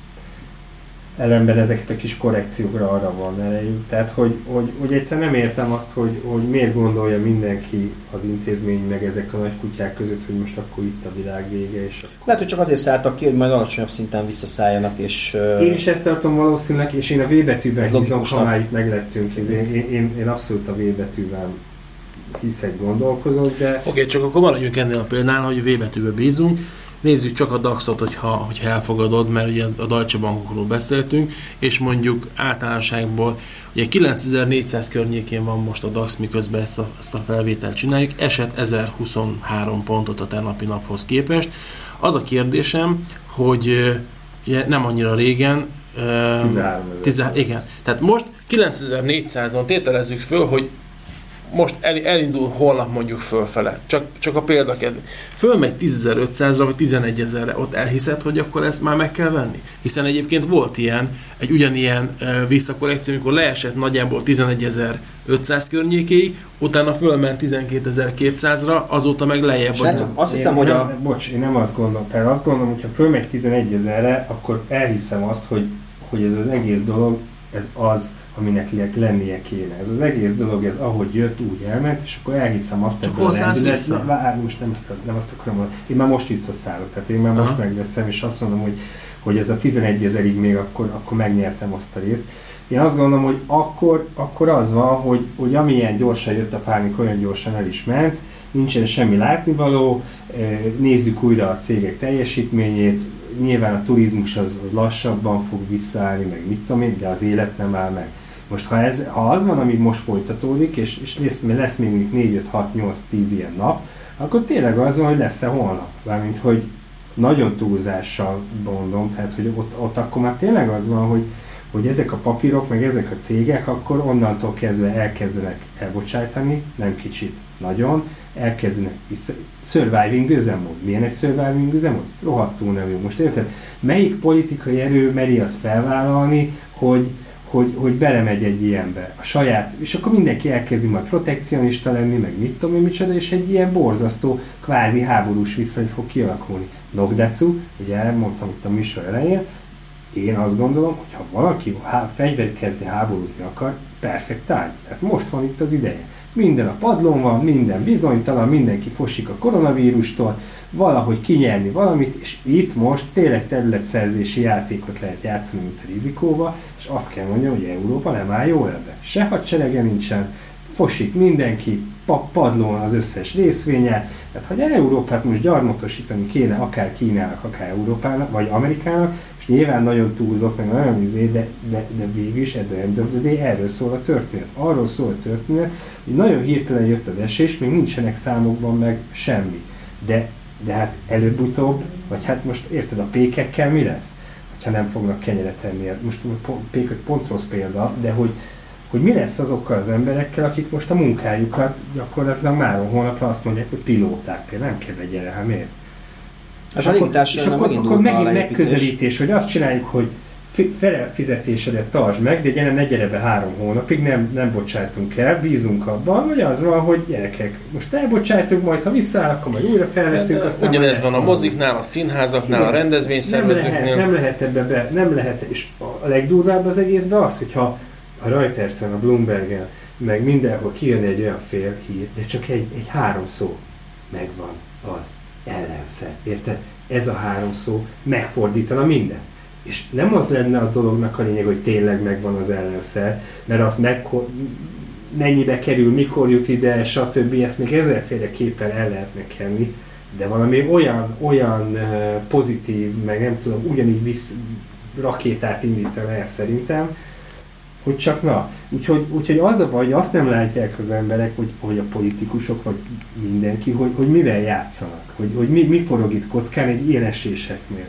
ellenben ezeket a kis korrekciókra arra van erejük. Tehát, hogy, hogy, hogy egyszer nem értem azt, hogy, hogy miért gondolja mindenki az intézmény meg ezek a nagy kutyák között, hogy most akkor itt a világ vége. És akkor... Lehet, hogy csak azért szálltak ki, hogy majd alacsonyabb szinten visszaszálljanak, és... Én is ezt tartom valószínűleg, és én a V betűben hízom, ha már itt meglettünk. Én, én, én abszolút a V betűben hiszek, gondolkozok, de... Oké, okay, csak akkor maradjunk ennél a példánál, hogy V betűbe bízunk. Nézzük csak a daxot, hogyha, hogyha elfogadod, mert ugye a Deutsche Bankokról beszéltünk, és mondjuk általánosságból ugye kilencezer-négyszáz környékén van most a DAX, miközben ezt a, ezt a felvételt csináljuk, esett ezer-huszonhárom pontot a tegnapi naphoz képest. Az a kérdésem, hogy ugye nem annyira régen, tizenháromezer. Igen, tehát most kilencezer-négyszázon tételezzük föl, hogy most el, elindul holnap mondjuk fölfele. Csak, csak a példakedv. Fölmegy tízezer-ötszázra vagy tizenegyezerre, ott elhiszed, hogy akkor ezt már meg kell venni? Hiszen egyébként volt ilyen, egy ugyanilyen e, visszakorrekció, amikor leesett nagyjából tizenegyezer-ötszáz környékéig, utána fölment tizenkétezer-kétszázra, azóta meg lejjebb. Vagy azt hiszem, én, hogy nem, a... Bocs, én nem azt gondolom. Tehát azt gondolom, hogyha fölmegy tizenegyezerre, akkor elhiszem azt, hogy, hogy ez az egész dolog, ez az, aminek lennie kéne. Ez az egész dolog, ez ahogy jött, úgy elment, és akkor elhiszem azt, hogy ez lesz. Most nem, nem azt akarom mondani. Én már most visszaszállok, tehát én már Aha. most megveszem, és azt mondom, hogy, hogy ez a tizenegyezerig még akkor, akkor megnyertem azt a részt. Én azt gondolom, hogy akkor, akkor az van, hogy, hogy amilyen gyorsan jött a pánik, olyan gyorsan el is ment, nincsen semmi látnivaló, nézzük újra a cégek teljesítményét, nyilván a turizmus az, az lassabban fog visszaállni, meg mit tudom én, de az élet nem áll meg. Most ha, ez, ha az van, ami most folytatódik, és, és lesz, lesz még mondjuk négy, öt, hat, nyolc, tíz ilyen nap, akkor tényleg az van, hogy lesz-e holnap. Mármint, hogy nagyon túlzással mondom, tehát hogy ott, ott akkor már tényleg az van, hogy, hogy ezek a papírok, meg ezek a cégek akkor onnantól kezdve elkezdenek elbocsájtani, nem kicsit, nagyon, elkezdenek vissza. Surviving üzemmód. Milyen egy surviving üzemmód? Rohadtul nem jó. Most érted? Melyik politikai erő meri azt felvállalni, hogy Hogy, hogy belemegy egy ilyenbe, a saját, és akkor mindenki elkezdi majd protekcionista lenni, meg mit tudom én micsoda, és egy ilyen borzasztó, kvázi háborús viszony fog kialakulni. Nogdecu, ugye elmondtam itt a műsor elején, én azt gondolom, hogy ha valaki há, fegyver kezdi háborúzni akar, perfect time. Tehát most van itt az ideje. Minden a padlón van, minden bizonytalan, mindenki fosik a koronavírustól, valahogy kinyerni valamit, és itt most tényleg területszerzési játékot lehet játszani, mint a rizikóval, és azt kell mondjam, hogy Európa nem áll jól ebben. Se hadserege nincsen, fosik mindenki, padlón az összes részvénye, tehát ha Európát most gyarmatosítani kéne akár Kínának, akár Európának, vagy Amerikának, és nyilván nagyon túlzok, meg nagyon izé, de, de, de végül is at the end of the day erről szól a történet. Arról szól a történet, hogy nagyon hirtelen jött az esés, még nincsenek számokban meg semmi. De, de hát előbb-utóbb, vagy hát most érted, a pékekkel mi lesz? Ha nem fognak kenyeret enni. Most pékek pont rossz példa, de hogy hogy mi lesz azokkal az emberekkel, akik most a munkájukat gyakorlatilag máron hónapra azt mondják, hogy pilóták, például nem kell vegyere, hát miért? És, akkor, és akkor, akkor megint megközelítés, hogy azt csináljuk, hogy fele fizetésedet tartsd meg, de gyere, ne gyere be három hónapig, nem, nem bocsájtunk el, bízunk abban, hogy az van, hogy gyerekek, most elbocsájtunk, majd ha visszaáll, akkor majd újra felveszünk, aztán ugyanez van a moziknál, a színházaknál, igen, a rendezvényszervezőknél. Nem lehet, nem lehet ebbe be, nem lehet, és a legdurvább az egészben az, hogyha a Reutersen, a Bloombergen, meg mindenhol kijön egy olyan fél hír, de csak egy, egy három szó megvan az ellenszer. Érted? Ez a három szó megfordítana minden. És nem az lenne a dolognak a lényeg, hogy tényleg megvan az ellenszer, mert az meg, mennyibe kerül, mikor jut ide, stb. Ezt még ezerféle képpel el lehetne kenni, de valami olyan, olyan pozitív, meg nem tudom, ugyanígy visz, rakétát indítani el szerintem, hogy csak na. Úgyhogy, úgyhogy az a baj, hogy azt nem látják az emberek, hogy, hogy a politikusok, vagy mindenki, hogy, hogy mivel játszanak, hogy, hogy mi, mi forog itt kockán egy ilyen eséseknél.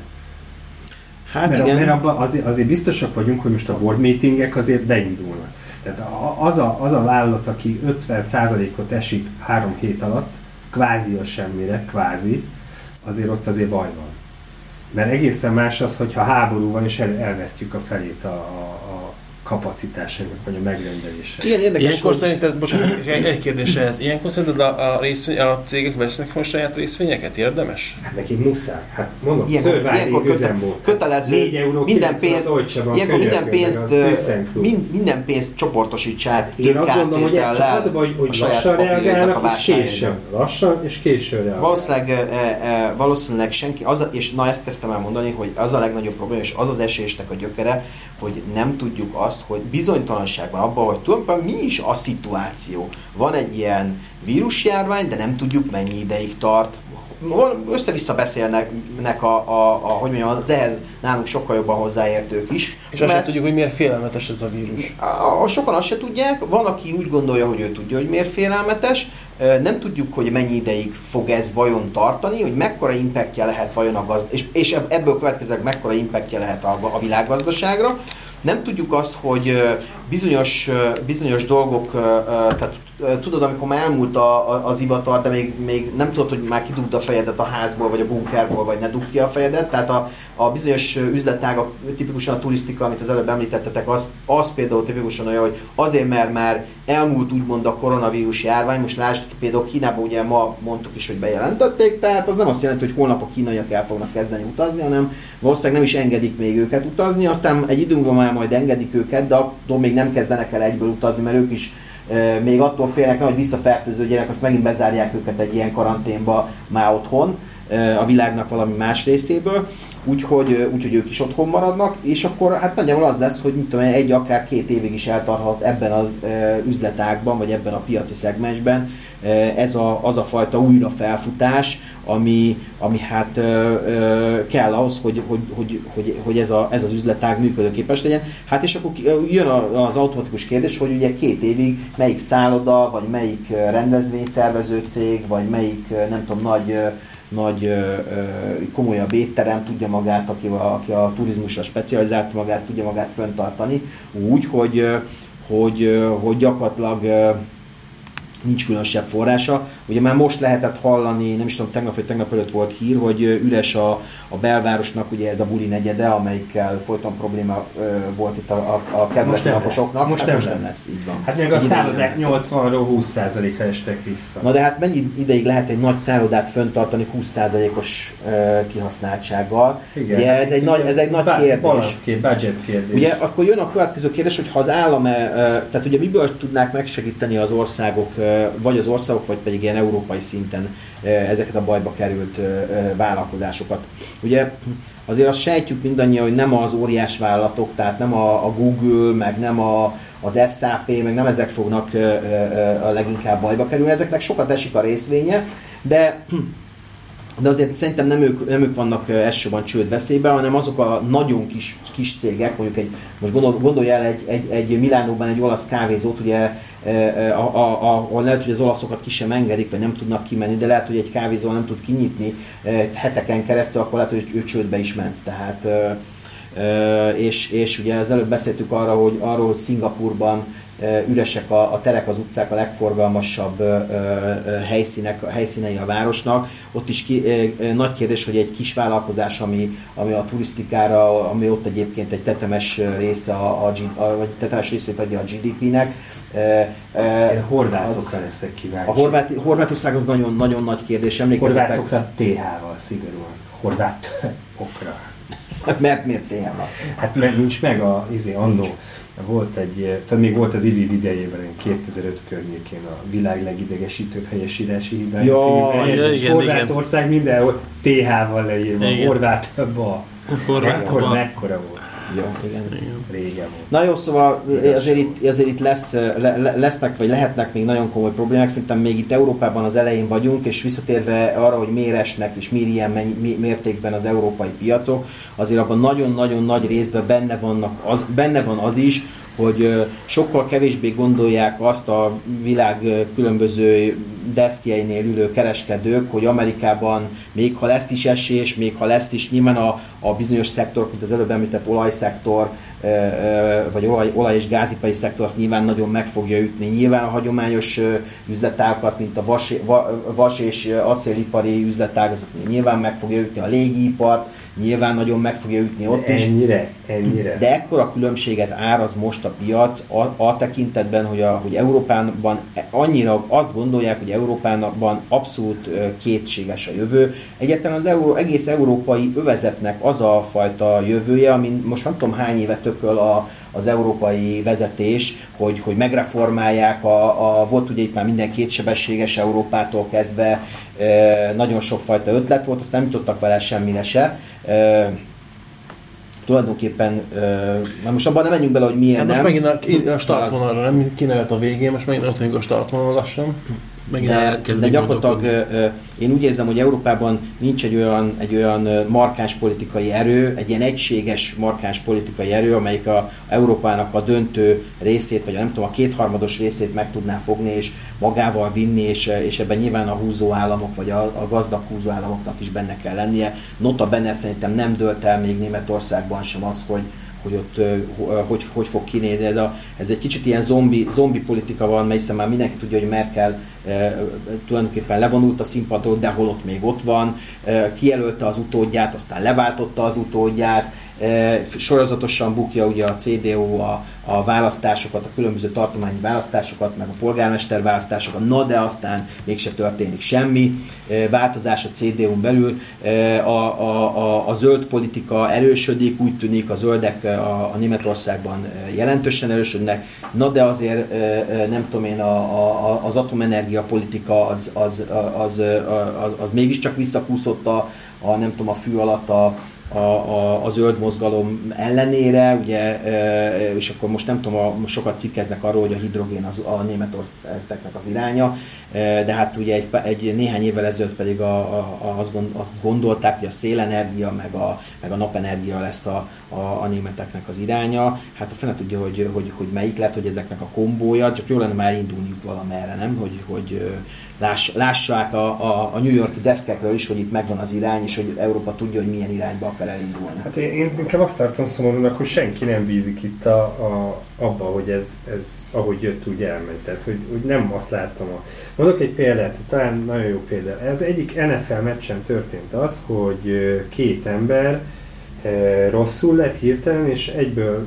Hát mert, igen. Mert abban azért, azért biztosak vagyunk, hogy most a board meetingek azért beindulnak. Tehát az a, az a vállalat, aki ötven százalékot esik három hét alatt, kvázi a semmire, kvázi, azért ott azért baj van. Mert egészen más az, hogyha háború van, és el, elvesztjük a felét a, a, a kapacitásának, vagy a megrendelésre. Igen, érdekes. Ilyenkor szerinted, bocsánat, egy kérdés ez, ilyenkor szerinted a, a, részvény, a cégek vesznek most saját részvényeket? Érdemes? Hát neki muszáj. Hát mondom, szörványig üzembót. Kötelező, minden pénzt, ilyenkor minden pénzt, mind, minden pénzt csoportosítsák. Én azt mondom, hogy csak az a baj, hogy lassan reagálnak, és későn. Lassan, és későn reagálnak. Valószínűleg, e, e, valószínűleg senki, az a, és na ezt kezdtem el mondani, hogy az a legnagyobb probléma, és az az esésnek a gyökere, hogy nem tudjuk azt, hogy bizonytalanság van abban, hogy tulajdonképpen mi is a szituáció. Van egy ilyen vírusjárvány, de nem tudjuk mennyi ideig tart. Össze-vissza beszélnek a, a, a, hogy mondjam, az ehhez nálunk sokkal jobban hozzáértők is. És azt sem tudjuk, hogy miért félelmetes ez a vírus. A, a, sokan azt se tudják, van, aki úgy gondolja, hogy ő tudja, hogy miért félelmetes. Nem tudjuk, hogy mennyi ideig fog ez vajon tartani, hogy mekkora impactja lehet vajon a gazd... és, és ebből következőleg mekkora impactja lehet a, a világgazdaságra. Nem tudjuk azt, hogy bizonyos, bizonyos dolgok, tehát tudod, amikor már elmúlt a, a, az ivatar, de még, még nem tudod, hogy már kidugd a fejedet a házból, vagy a bunkerból, vagy ne dugd ki a fejedet. Tehát a, a bizonyos üzletágak, tipikusan a turisztika, amit az előbb említettetek, az, az például tipikusan olyan, hogy azért, mert már elmúlt úgymond a koronavírus járvány, most lásd, például Kínában ugye ma mondtuk is, hogy bejelentették, tehát az nem azt jelenti, hogy holnap a kínaiak el fognak kezdeni utazni, hanem valószínűleg nem is engedik még őket utazni, aztán egy idő múlva már majd engedik őket, de attól még nem kezdenek el egyből utazni, mert ők is e, még attól félnek, hogy visszafertőződjenek, azt megint bezárják őket egy ilyen karanténba már otthon, e, a világnak valami más részéből, úgyhogy, úgyhogy ők is otthon maradnak, és akkor hát nagyjából az lesz, hogy mit tudom, egy akár két évig is eltarhat ebben az e, üzletágban, vagy ebben a piaci szegmensben e, ez a, az a fajta újrafelfutás, ami, ami hát ö, ö, kell ahhoz, hogy, hogy, hogy, hogy, hogy ez, a, ez az üzletág működőképes legyen. Hát és akkor jön az automatikus kérdés, hogy ugye két évig melyik szálloda, vagy melyik rendezvényszervező cég, vagy melyik nem tudom, nagy, nagy komolyabb étterem tudja magát, aki a, aki a turizmusra specializált magát, tudja magát fenntartani úgy, hogy, hogy, hogy gyakorlatilag nincs különösebb forrása. Ugye már most lehetett hallani, nem is tudom, tegnap vagy tegnap előtt volt hír, hogy üres a, a belvárosnak ugye ez a buli negyede, amelyikkel folyton probléma ö, volt itt a, a, a kedves lakosoknak. Most hát nem, nem lesz. lesz. Így van. Hát még a szállodák nyolcvanról húsz százalékra estek vissza. Na de hát mennyi ideig lehet egy nagy szállodát fenntartani húsz százalékos ö, kihasználtsággal? Igen, ugye ez egy nagy, ez egy nagy kérdés. Balanszkép, budget kérdés. Ugye akkor jön a következő kérdés, hogy ha az állam, tehát ugye miből tudnák megsegíteni az országok, vagy az országok, vagy pedig ilyen európai szinten ezeket a bajba került vállalkozásokat. Ugye azért azt sejtjük mindannyian, hogy nem az óriás vállalatok, tehát nem a, a Google, meg nem a, az es á pé, meg nem ezek fognak a leginkább bajba kerülni. Ezeknek sokat esik a részvénye, de de azért szerintem nem ők, nem ők vannak elsősorban csődveszélyben, hanem azok a nagyon kis, kis cégek, mondjuk egy, most gondol, gondolj el egy, egy, egy Milánóban egy olasz kávézót, ugye, ahol lehet, hogy az olaszokat ki sem engedik, vagy nem tudnak kimenni, de lehet, hogy egy kávézó nem tud kinyitni heteken keresztül, akkor lehet, hogy ő csődbe is ment. Tehát, és, és ugye az előbb beszéltük arra, hogy, arról, hogy Szingapurban üresek a, a terek, az utcák a legforgalmasabb ö, ö, helyszínek, a helyszínei a városnak. Ott is ki, ö, nagy kérdés, hogy egy kis vállalkozás, ami, ami a turisztikára, ami ott egyébként egy tetemes része, a, a, a, vagy tetemes részét adja a gé dé pének. Én a horvátokra leszek kíváncsi. A Horvát, Horvátország az nagyon, nagyon nagy kérdés. Emlékezzetek. Horvátokra té há-val szigorúan. Horvátokra. Mert miért té há-val? Hát mert nincs meg a izé, annó. Volt egy, tehát még volt az Illiv idejében, kétezer-öt környékén a világ legidegesítőbb helyesírási hibája ja, ja, igen, Horvátország mindenhol té há-val leírva, horvátba. Horvátba. Mekkora, mekkora volt. Jó, igen. Igen. Régen. Na jó, szóval azért itt, azért itt lesz, le, lesznek, vagy lehetnek még nagyon komoly problémák. Szerintem még itt Európában az elején vagyunk, és visszatérve arra, hogy miért esnek és miért ilyen mennyi, mértékben az európai piacok, azért abban nagyon-nagyon nagy részben benne, vannak az, benne van az is, hogy sokkal kevésbé gondolják azt a világ különböző deszkjeinél ülő kereskedők, hogy Amerikában még ha lesz is esés, még ha lesz is nyilván a, a bizonyos szektor, mint az előbb említett olajszektor, vagy olaj, olaj- és gázipari szektor, azt nyilván nagyon meg fogja ütni. Nyilván a hagyományos üzletágokat, mint a vas, vas és acélipari üzletág, azok nyilván meg fogja ütni, a légipart, nyilván nagyon meg fogja ütni ott de is. Ennyire, ennyire. De ekkora különbséget áraz most a piac a, a tekintetben, hogy, a, hogy Európában annyira azt gondolják, hogy Európában abszolút kétséges a jövő. Egyáltalán az Euró, egész európai övezetnek az a fajta jövője, amin most nem tudom hány éve tököl a, az európai vezetés, hogy, hogy megreformálják, a, a, volt ugye itt már minden kétsebességes Európától kezdve, e, nagyon sokfajta ötlet volt, azt nem jutottak vele semmire se. E, tulajdonképpen, na most abban nem menjünk bele, hogy milyen hát nem. Most megint a, a startvonalra nem kinevet a végén, most megint ott vagyunk a startvonalon lassan. De, de gyakorlatilag én úgy érzem, hogy Európában nincs egy olyan, egy olyan markáns politikai erő, egy ilyen egységes markáns politikai erő, amelyik a Európának a döntő részét, vagy a nem tudom, a kétharmados részét meg tudná fogni, és magával vinni, és, és ebben nyilván a húzó államok, vagy a, a gazdag húzó államoknak is benne kell lennie. Nota benne szerintem nem dölt el még Németországban sem az, hogy hogy ott hogy, hogy fog kinézni. Ez, a, ez egy kicsit ilyen zombi, zombi politika van, mert hiszen már mindenki tudja, hogy Merkel e, tulajdonképpen levonult a színpadról, de holott még ott van, e, kijelölte az utódját, aztán leváltotta az utódját, e, sorozatosan bukja ugye a cé dé o a, a választásokat, a különböző tartományi választásokat, meg a polgármester választásokat, na de aztán mégse történik semmi. E, változás a cé dé o-n belül, e, a, a, a, a zöld politika erősödik, úgy tűnik a zöldek a, a Németországban jelentősen erősödnek, na de azért nem tudom én, a, a, az atomenergia politika az, az, az, az, az mégiscsak visszakúszott a, a, nem tudom, a fű alatt a, a, a, a zöld mozgalom ellenére, ugye, és akkor most nem tudom, a, most sokat cikkeznek arról, hogy a hidrogén az, a németeknek az iránya, de hát ugye egy, egy néhány évvel ezelőtt pedig a, a, azt, gond, azt gondolták, hogy a szélenergia meg a, meg a napenergia lesz a, a, a németeknek az iránya. Hát a fene tudja, hogy, hogy, hogy melyik lett, hogy ezeknek a kombója, csak jól lenne már indulniuk valamerre, nem? Hogy, hogy láss, lássák a, a, a New York deszkekről is, hogy itt megvan az irány, és hogy Európa tudja, hogy milyen irányba akar elindulni. Hát én, én inkább azt tartom szomorúnak, hogy senki nem bízik itt a, a, abba, hogy ez, ez ahogy jött, úgy elmegy. Tehát, hogy, hogy nem azt látom. A... Mondok egy példát, talán nagyon jó példa. Ez egyik en ef el meccsen történt az, hogy két ember rosszul lett hirtelen, és egyből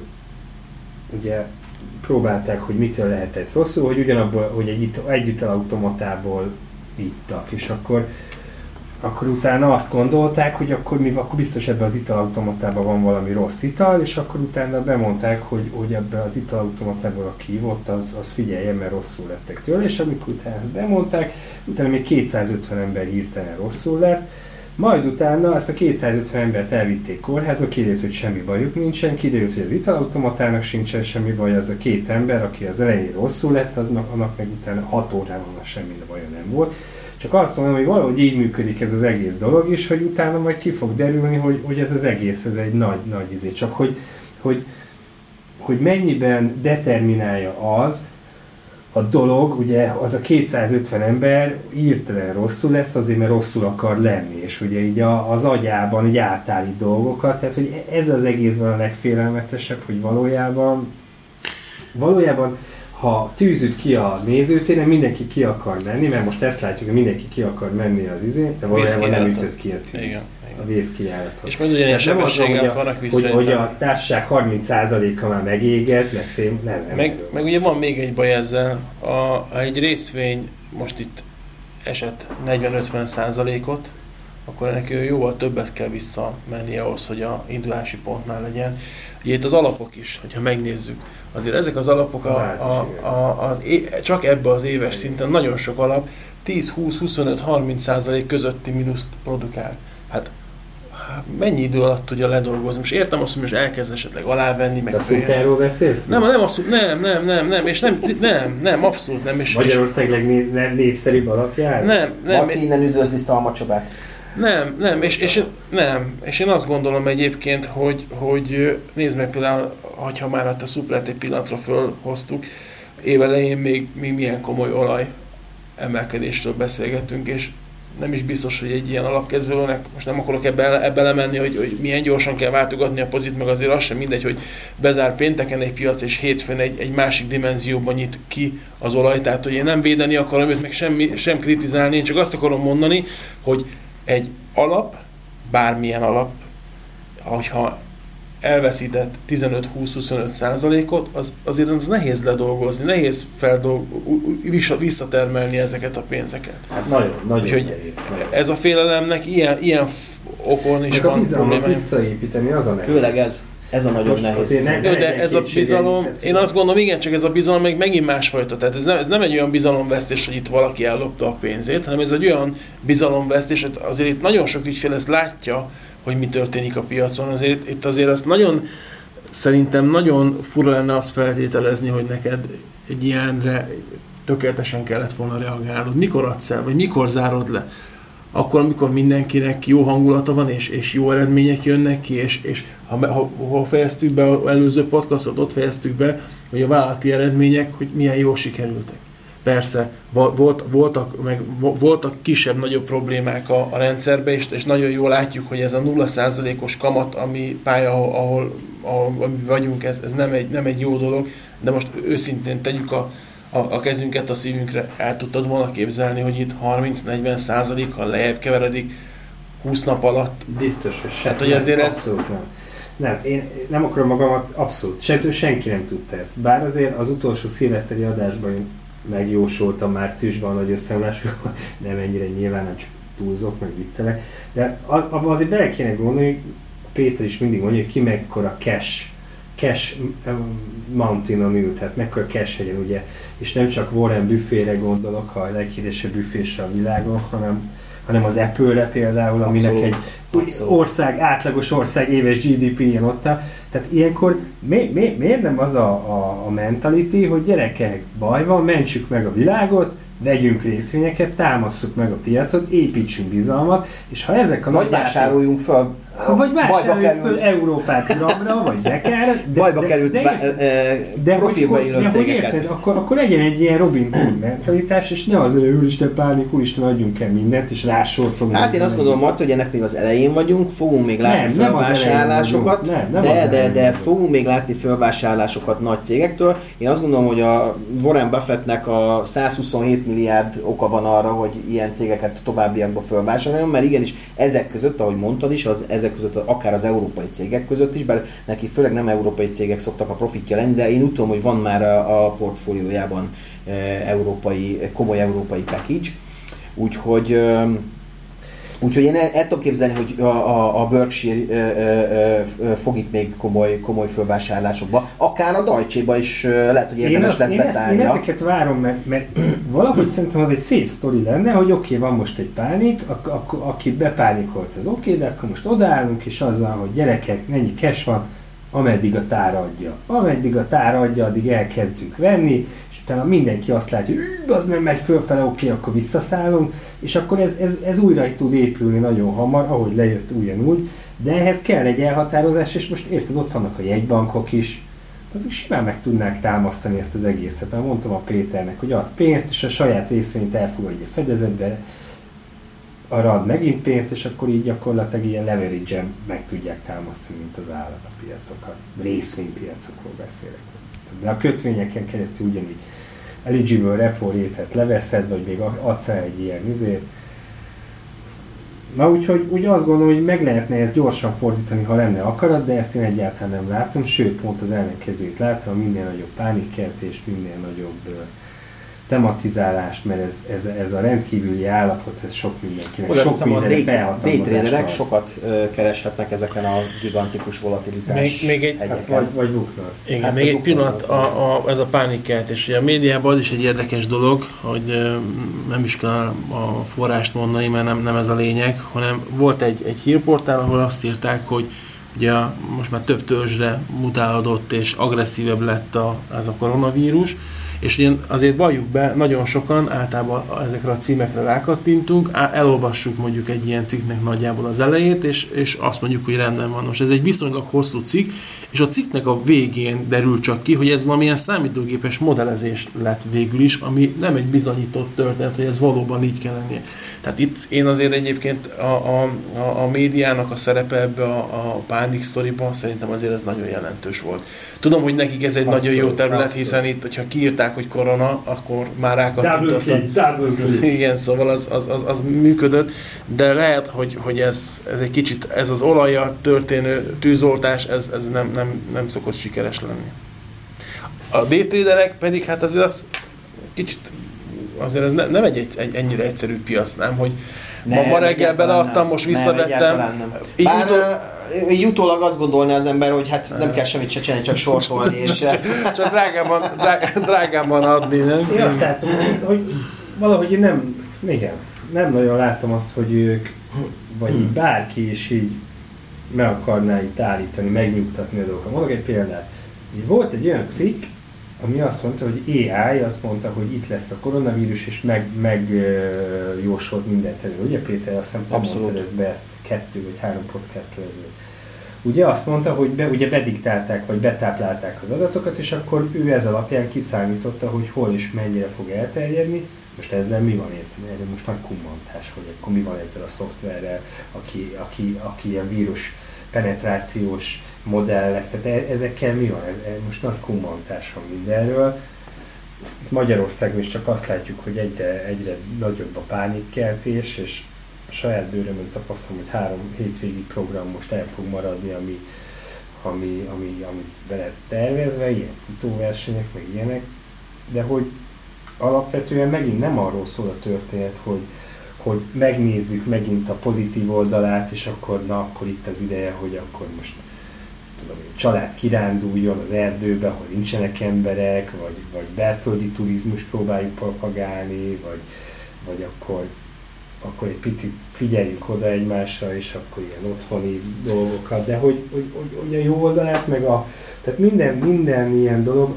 ugye próbálták, hogy mitől lehetett rosszul, hogy ugyanabból, hogy egy együttelautomatából ittak, és akkor akkor utána azt gondolták, hogy akkor mi akkor biztos ebben az italautomatában van valami rossz ital, és akkor utána bemondták, hogy, hogy ebben az italautomatából aki ivott, az, az figyeljen, mert rosszul lettek tőle, és amikor utána bemondták, utána még kétszázötven ember hirtelen rosszul lett, majd utána ezt a kétszázötven embert elvitték kórházba, kiderült, hogy semmi bajuk nincsen, kiderült, hogy az italautomatának sincsen semmi baj, az a két ember, aki az elején rosszul lett, aznak, annak meg utána hat órában semmi baja nem volt. Csak azt mondom, hogy valahogy így működik ez az egész dolog, és hogy utána majd ki fog derülni, hogy, hogy ez az egész, ez egy nagy, nagy izé. Csak hogy, hogy, hogy mennyiben determinálja az a dolog, ugye az a kétszázötven ember hirtelen rosszul lesz, azért mert rosszul akar lenni, és ugye így a, az agyában így átállít dolgokat, tehát hogy ez az egészben a legfélelmetesebb, hogy valójában valójában ha tűzüt ki a nézőtéren, mindenki ki akar menni, mert most ezt látjuk, hogy mindenki ki akar menni az izén, de valójában nem ütött ki a tűz. Igen. A vészkijáratot. És majd ugyanilyen sebességgel akarnak visszajönni. Hogy, hogy a társaság harminc százaléka már megégett, meg szép, nem, nem. Meg, meg ugye van még egy baj ezzel, a, ha egy részvény most itt esett negyven-ötven százalékot, akkor neki jóval többet kell visszamenni ahhoz, hogy a indulási pontnál legyen. Ugye itt az alapok is, hogyha megnézzük, azért ezek az alapok a, a, a, az é, csak ebbe az éves szinten nagyon sok alap tíz, húsz, huszonöt, harminc százalék közötti mínuszt produkál. Hát mennyi idő alatt tudja ledolgozni. Most értem azt, hogy most elkezd esetleg alávenni, meg... Te a szuperról beszélsz? Nem, nem, abszolút, nem, nem, nem, nem, és nem, nem, nem, abszolút nem. És, Magyarország legnépszerűbb alapjára? Nem, nem. Maci innen üdvözli Szalmacsabát. Nem, nem, és, és, nem, és én azt gondolom egyébként, hogy, hogy nézd meg például, ha már a szuprát egy pillanatra fölhoztuk, évelején még, még milyen komoly olaj emelkedésről beszélgettünk, és nem is biztos, hogy egy ilyen alapkezelőnek, most nem akarok ebbe, ebbe lemenni, hogy, hogy milyen gyorsan kell váltogatni a pozit, meg azért az sem mindegy, hogy bezár pénteken egy piac, és hétfőn egy, egy másik dimenzióban nyit ki az olaj, tehát hogy én nem védeni akarom őt, meg semmi, sem kritizálni, én csak azt akarom mondani, hogy egy alap, bármilyen alap, hogyha elveszített tizenöt-húsz-huszonöt százalékot, az, azért az nehéz ledolgozni, nehéz feldolg, visszatermelni ezeket a pénzeket. Hát nagyon, nagyon Úgyhogy nehéz. Ez a félelemnek ilyen, ilyen okon is meg van a bizalmat problémája. Visszaépíteni az a nehéz. Főleg ez. Ez a nagyon Most nehéz. ne, Jó, de ez a bizalom, én azt gondolom, igen, csak ez a bizalom meg megint másfajta. Tehát ez nem, ez nem egy olyan bizalomvesztés, hogy itt valaki ellopta a pénzét, hanem ez egy olyan bizalomvesztés, hogy azért itt nagyon sok ügyfél ezt látja, hogy mi történik a piacon. Azért itt azért azt nagyon, szerintem nagyon fura lenne azt feltételezni, hogy neked egy ilyenre tökéletesen kellett volna reagálnod. Mikor adsz el, vagy mikor zárod le? Akkor, amikor mindenkinek jó hangulata van, és, és jó eredmények jönnek ki, és, és ha, ha, ha fejeztük be az előző podcastot, ott fejeztük be, hogy a vállalati eredmények, hogy milyen jól sikerültek. Persze, volt, voltak, meg, voltak kisebb-nagyobb problémák a, a rendszerben, és, és nagyon jól látjuk, hogy ez a nulla százalékos kamat, ami pálya, ahol, ahol, ahol vagyunk, ez, ez nem, egy, nem egy jó dolog, de most őszintén tegyük a A, a kezünket a szívünkre, el tudtad volna képzelni, hogy itt harminc-negyven százalékkal lejjebb keveredik húsz nap alatt? Biztos, hogy sem. Hát, hogy azért ez... Abszolút nem. Nem, én nem akarom magamat, abszolút. Se, senki nem tudta ezt. Bár azért az utolsó szilveszteri adásban én megjósoltam márciusban, hogy összeomlásokkal, nem ennyire nyilván, nem csak túlzok, meg viccelek. De abban azért bele kéne gondolni, Péter is mindig mondja, hogy ki mekkora cash cash mountain-on ül, tehát mekkora cash hegyen, ugye, és nem csak Warren Buffettre gondolok, a leghíresebb büfésre a világon, hanem, hanem az Apple-re például, aminek abszolút, egy abszolút. ország, átlagos ország éves gé dé pé-jén ott áll. Tehát ilyenkor mi, mi, miért nem az a, a, a mentality, hogy gyerekek, baj van, mentsük meg a világot, vegyünk részvényeket, támasszuk meg a piacot, építsünk bizalmat, és ha ezek a vagy vásároljunk fel, vagy vásároljunk föl Európát gramra, vagy dekárra, de, bajba de, került de, de, de profilba illő de, cégeket. Érted, akkor, akkor legyen egy ilyen Robin Hood mentalitás, és ne az, hogy úristen pánik, úristen adjunk el mindent, és rásortolunk. Hát én azt gondolom, Marci, hogy ennek még az elején vagyunk, fogunk még látni felvásárlásokat, de, de, de fogunk még látni felvásárlásokat nagy cégektől. Én azt gondolom, hogy a Warren Buffettnek a százhuszonhét milliárd oka van arra, hogy ilyen cégeket továbbiakban felvásároljon, mert igenis ezek között, ahogy mondtad is, az ezek között akár az európai cégek között is, bár neki főleg nem európai cégek szoktak a profitja lenni, de én úgy tudom, hogy van már a, a portfóliójában e, európai, komoly európai package, úgyhogy e, úgyhogy én el, el tudom képzelni, hogy a, a, a Berkshire e, e, e, fog itt még komoly, komoly fölvásárlásokba, akár a Deutsche-ba is e, lehet, hogy érdemes lesz beszállnia. Én ezeket várom, mert, mert valahogy szerintem az egy szép sztori lenne, hogy oké, okay, van most egy pánik, ak- ak- aki bepánikolt, az oké, okay, de akkor most odaállunk, és az van, hogy gyerekek, mennyi cash van, ameddig a tár adja. Ameddig a tár adja, addig elkezdünk venni, és utána mindenki azt látja, hogy az nem megy fölfele, oké, okay, akkor visszaszállunk, és akkor ez, ez, ez újra tud épülni nagyon hamar, ahogy lejött ugyanúgy, de ehhez kell egy elhatározás, és most érted, ott vannak a jegybankok is, azok simán meg tudnák támasztani ezt az egészet. Már mondtam a Péternek, hogy ad pénzt, és a saját részvényt elfogadja fedezetbe, arra ad megint pénzt, és akkor így gyakorlatilag ilyen leverage-en meg tudják támasztani, mint az állat a piacokat. Részvénypiacokról beszélek. De a kötvényeken keresztül ugyanígy eligible repo rate-et leveszed, vagy még adsz el egy ilyen izért. Na úgyhogy úgy azt gondolom, hogy meg lehetne ezt gyorsan fordítani, ha lenne akarat, de ezt én egyáltalán nem látom, sőt pont az ellenkezőt látom, minél nagyobb pánikkeltés, minél nagyobb tematizálást, mert ez, ez, ez a rendkívüli állapot, ez sok mindenkinek, oda sok mindenre felhatalmazást. Daytraderek sokat uh, kereshetnek ezeken a gigantikus volatilitás még, még egy, hát vagy, vagy buknak. Igen, hát még egy buknak, pillanat, a, a, ez a pánikkeltés. A médiában az is egy érdekes dolog, hogy nem is kell a forrást mondani, mert nem, nem ez a lényeg, hanem volt egy, egy hírportál, ahol azt írták, hogy ugye most már több törzsre mutálódott és agresszívebb lett a, ez a koronavírus, és ugye azért valljuk be, nagyon sokan általában ezekre a címekre rákattintunk, elolvassuk mondjuk egy ilyen cikknek nagyjából az elejét, és, és azt mondjuk, hogy rendben van. Most ez egy viszonylag hosszú cikk, és a cikknek a végén derül csak ki, hogy ez valamilyen számítógépes modellezés lett végül is, ami nem egy bizonyított történet, hogy ez valóban így kell lennie. Tehát itt én azért egyébként a, a, a, a médiának a szerepe ebbe a, a pánik sztoriban szerintem azért ez nagyon jelentős volt. Tudom, hogy nekik ez egy abszolút, nagyon jó terület, abszolút. Hiszen itt, hogyha kiírták, hogy korona, akkor már rákattintottak. Igen, szóval az, az, az, az működött, de lehet, hogy, hogy ez, ez egy kicsit, ez az olajjal történő tűzoltás, ez, ez nem, nem, nem szokott sikeres lenni. A daytraderek pedig, hát azért az kicsit, azért ez ne, nem egy, egy ennyire egyszerű piac, nem, hogy nem, ma reggel beleadtam, most visszavettem. Bár így utólag azt gondolná az ember, hogy hát nem kell semmit se csinálni, csak sortolni. És csak, csak drágában, drág, drágában adni, nem? Én azt látom, hogy valahogy én nem, igen, nem nagyon látom azt, hogy ők, vagy így bárki is így meg akarná itt állítani, megnyugtatni a dolgokat. Mondok egy példát. Volt egy olyan cikk, ami azt mondta, hogy á i azt mondta, hogy itt lesz a koronavírus, és meg, meg uh, jósolt mindent elő. Ugye Péter, azt hiszem, te mondtad ezt be ezt kettő vagy három podcast ezelőtt. Ugye azt mondta, hogy be, ugye bediktálták, vagy betáplálták az adatokat, és akkor ő ez alapján kiszámította, hogy hol és mennyire fog elterjedni. Most ezzel mi van érteni? Erre most nagy kummantás, hogy akkor mi van ezzel a szoftverrel, aki, aki, aki ilyen vírus penetrációs modellek, tehát ezekkel mi van? Most nagy kummantás van mindenről. Magyarországon is csak azt látjuk, hogy egyre, egyre nagyobb a pánikkeltés, és a saját bőrömön tapasztalom, hogy három hétvégi program most el fog maradni, ami, ami, ami, amit be lett tervezve, ilyen futóversenyek, meg ilyenek, de hogy alapvetően megint nem arról szól a történet, hogy hogy megnézzük megint a pozitív oldalát, és akkor, na, akkor itt az ideje, hogy akkor most tudom, család kiránduljon az erdőbe, ahol nincsenek emberek, vagy, vagy belföldi turizmus próbáljuk propagálni, vagy, vagy akkor, akkor egy picit figyeljünk oda egymásra, és akkor ilyen otthoni dolgokat, de hogy, hogy, hogy, hogy a jó oldalát, meg a, tehát minden, minden ilyen dolog,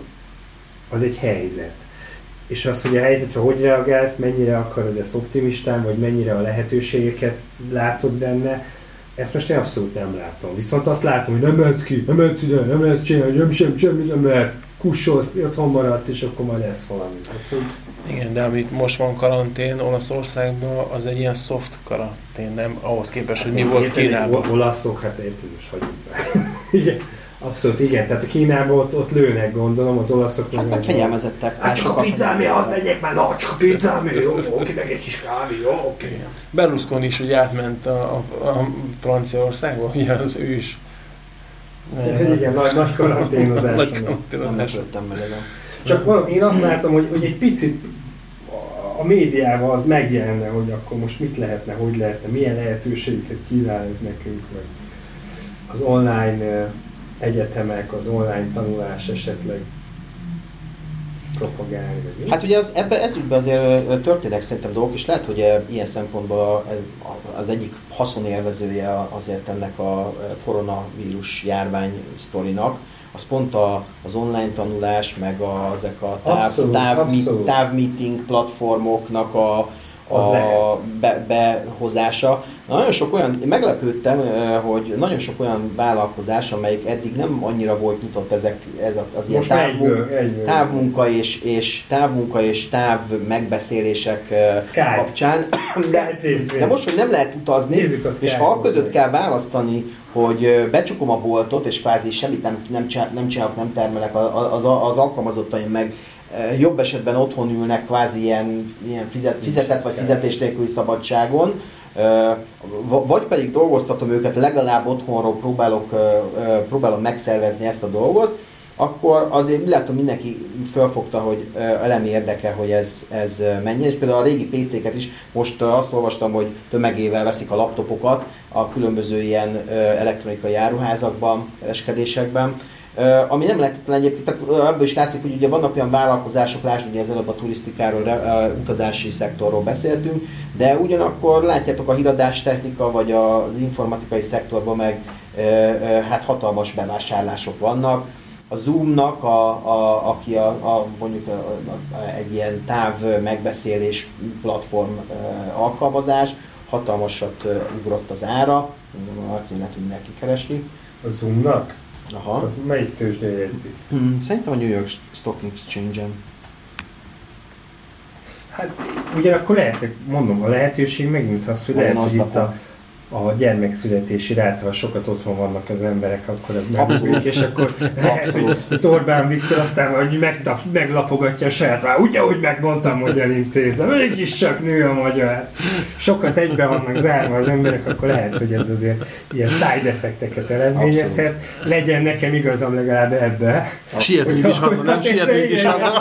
az egy helyzet. És az, hogy a helyzetre hogy reagálsz, mennyire akarod ezt optimistán, vagy mennyire a lehetőségeket látod benne, ezt most én abszolút nem látom. Viszont azt látom, hogy nem mehet ki, nem mehet ide, nem lehet csinálni, nem sem, semmit nem lehet, kussolsz, otthon maradsz, és akkor majd lesz valami. Hát, hogy... Igen, de amit most van karantén Olaszországban, az egy ilyen soft karantén, nem ahhoz képest, hogy mi hát, volt Kínában. Olaszok, hát érted, most hagyjuk be. Igen. Abszolút, igen. Tehát a Kínában ott, ott lőnek, gondolom, az olaszok. Hát meg fegyelmezettek. Hát csak a pizzámi, hadd menjek már, na, csak a pizzámi, jó, oké, meg egy kis kávé, jó, oké. Berlusconi is ugye átment a, a, a Franciaországba, ugye az ő is. Igen, nagy, nagy karanténozás. Nagy karanténozás. Nem lepődtem meg ezen. Csak valami, én azt látom, hogy, hogy egy picit a médiában az megjelenne, hogy akkor most mit lehetne, hogy lehetne, milyen lehetőségeket kínál ez nekünk, vagy az online egyetemek, az online tanulás esetleg propagálni. Vagy hát ugye az, ebbe, ez ügyben azért történnek szerintem dolgok, és lehet, hogy ilyen szempontból az egyik haszonélvezője azért ennek a koronavírus járvány sztorinak, az pont a, az online tanulás, meg a, ezek a táv, abszolút, táv, abszolút. távmeeting platformoknak a, a be, behozása. Nagyon sok olyan, én meglepődtem, hogy nagyon sok olyan vállalkozás, amelyik eddig nem annyira volt nyitott ezek, ez az ilyen távmunka, távmunka, és, és, távmunka és táv megbeszélések Skype. Kapcsán. De, de most, hogy nem lehet utazni, és ha között kell választani, hogy becsukom a boltot, és kvázi semmit nem, nem, nem csinálok, nem termelek, az, az alkalmazottaim meg jobb esetben otthon ülnek kvázi ilyen, ilyen fizet, fizetett vagy fizetés nélküli szabadságon, vagy pedig dolgoztatom őket, legalább otthonról próbálok, próbálom megszervezni ezt a dolgot, akkor azért látom, mindenki felfogta, hogy elemi érdeke, hogy ez, ez menjen, és például a régi pé céket is, most azt olvastam, hogy tömegével veszik a laptopokat a különböző ilyen elektronikai áruházakban, kereskedésekben, ami nem lehetetlen egyébként, tehát ebből is látszik, hogy ugye vannak olyan vállalkozások, lásd, ugye az előbb a turisztikáról, utazási szektorról beszéltünk, de ugyanakkor látjátok a híradástechnika vagy az informatikai szektorban meg hát hatalmas bevásárlások vannak. A Zoomnak, a, a, aki a, a, mondjuk a, a, egy ilyen táv megbeszélés platform alkalmazás, hatalmasat ugrott az ára, a címet mindenki keresni. A Zoomnak? Aha. Az melyik tőzsdén jegyzik? Hmm, szerintem a New York Stock Exchange-en. Hát ugyanakkor lehet, mondom, a lehetőség megint az, hogy lehet, hogy itt a, a gyermekszületési ráta, ha sokat otthon vannak az emberek, akkor ez megbújik, és akkor lehet, hogy itt Orbán Viktor aztán hogy megtap, meglapogatja a saját vár, úgy, ahogy megmondtam, hogy elintézem, mégiscsak nő a magyar. Sokat egyben vannak zárva az emberek, akkor lehet, hogy ez azért ilyen side effekteket eredményezhet. Legyen nekem igazam legalább ebbe. Sietünk is haza, nem sietünk is haza.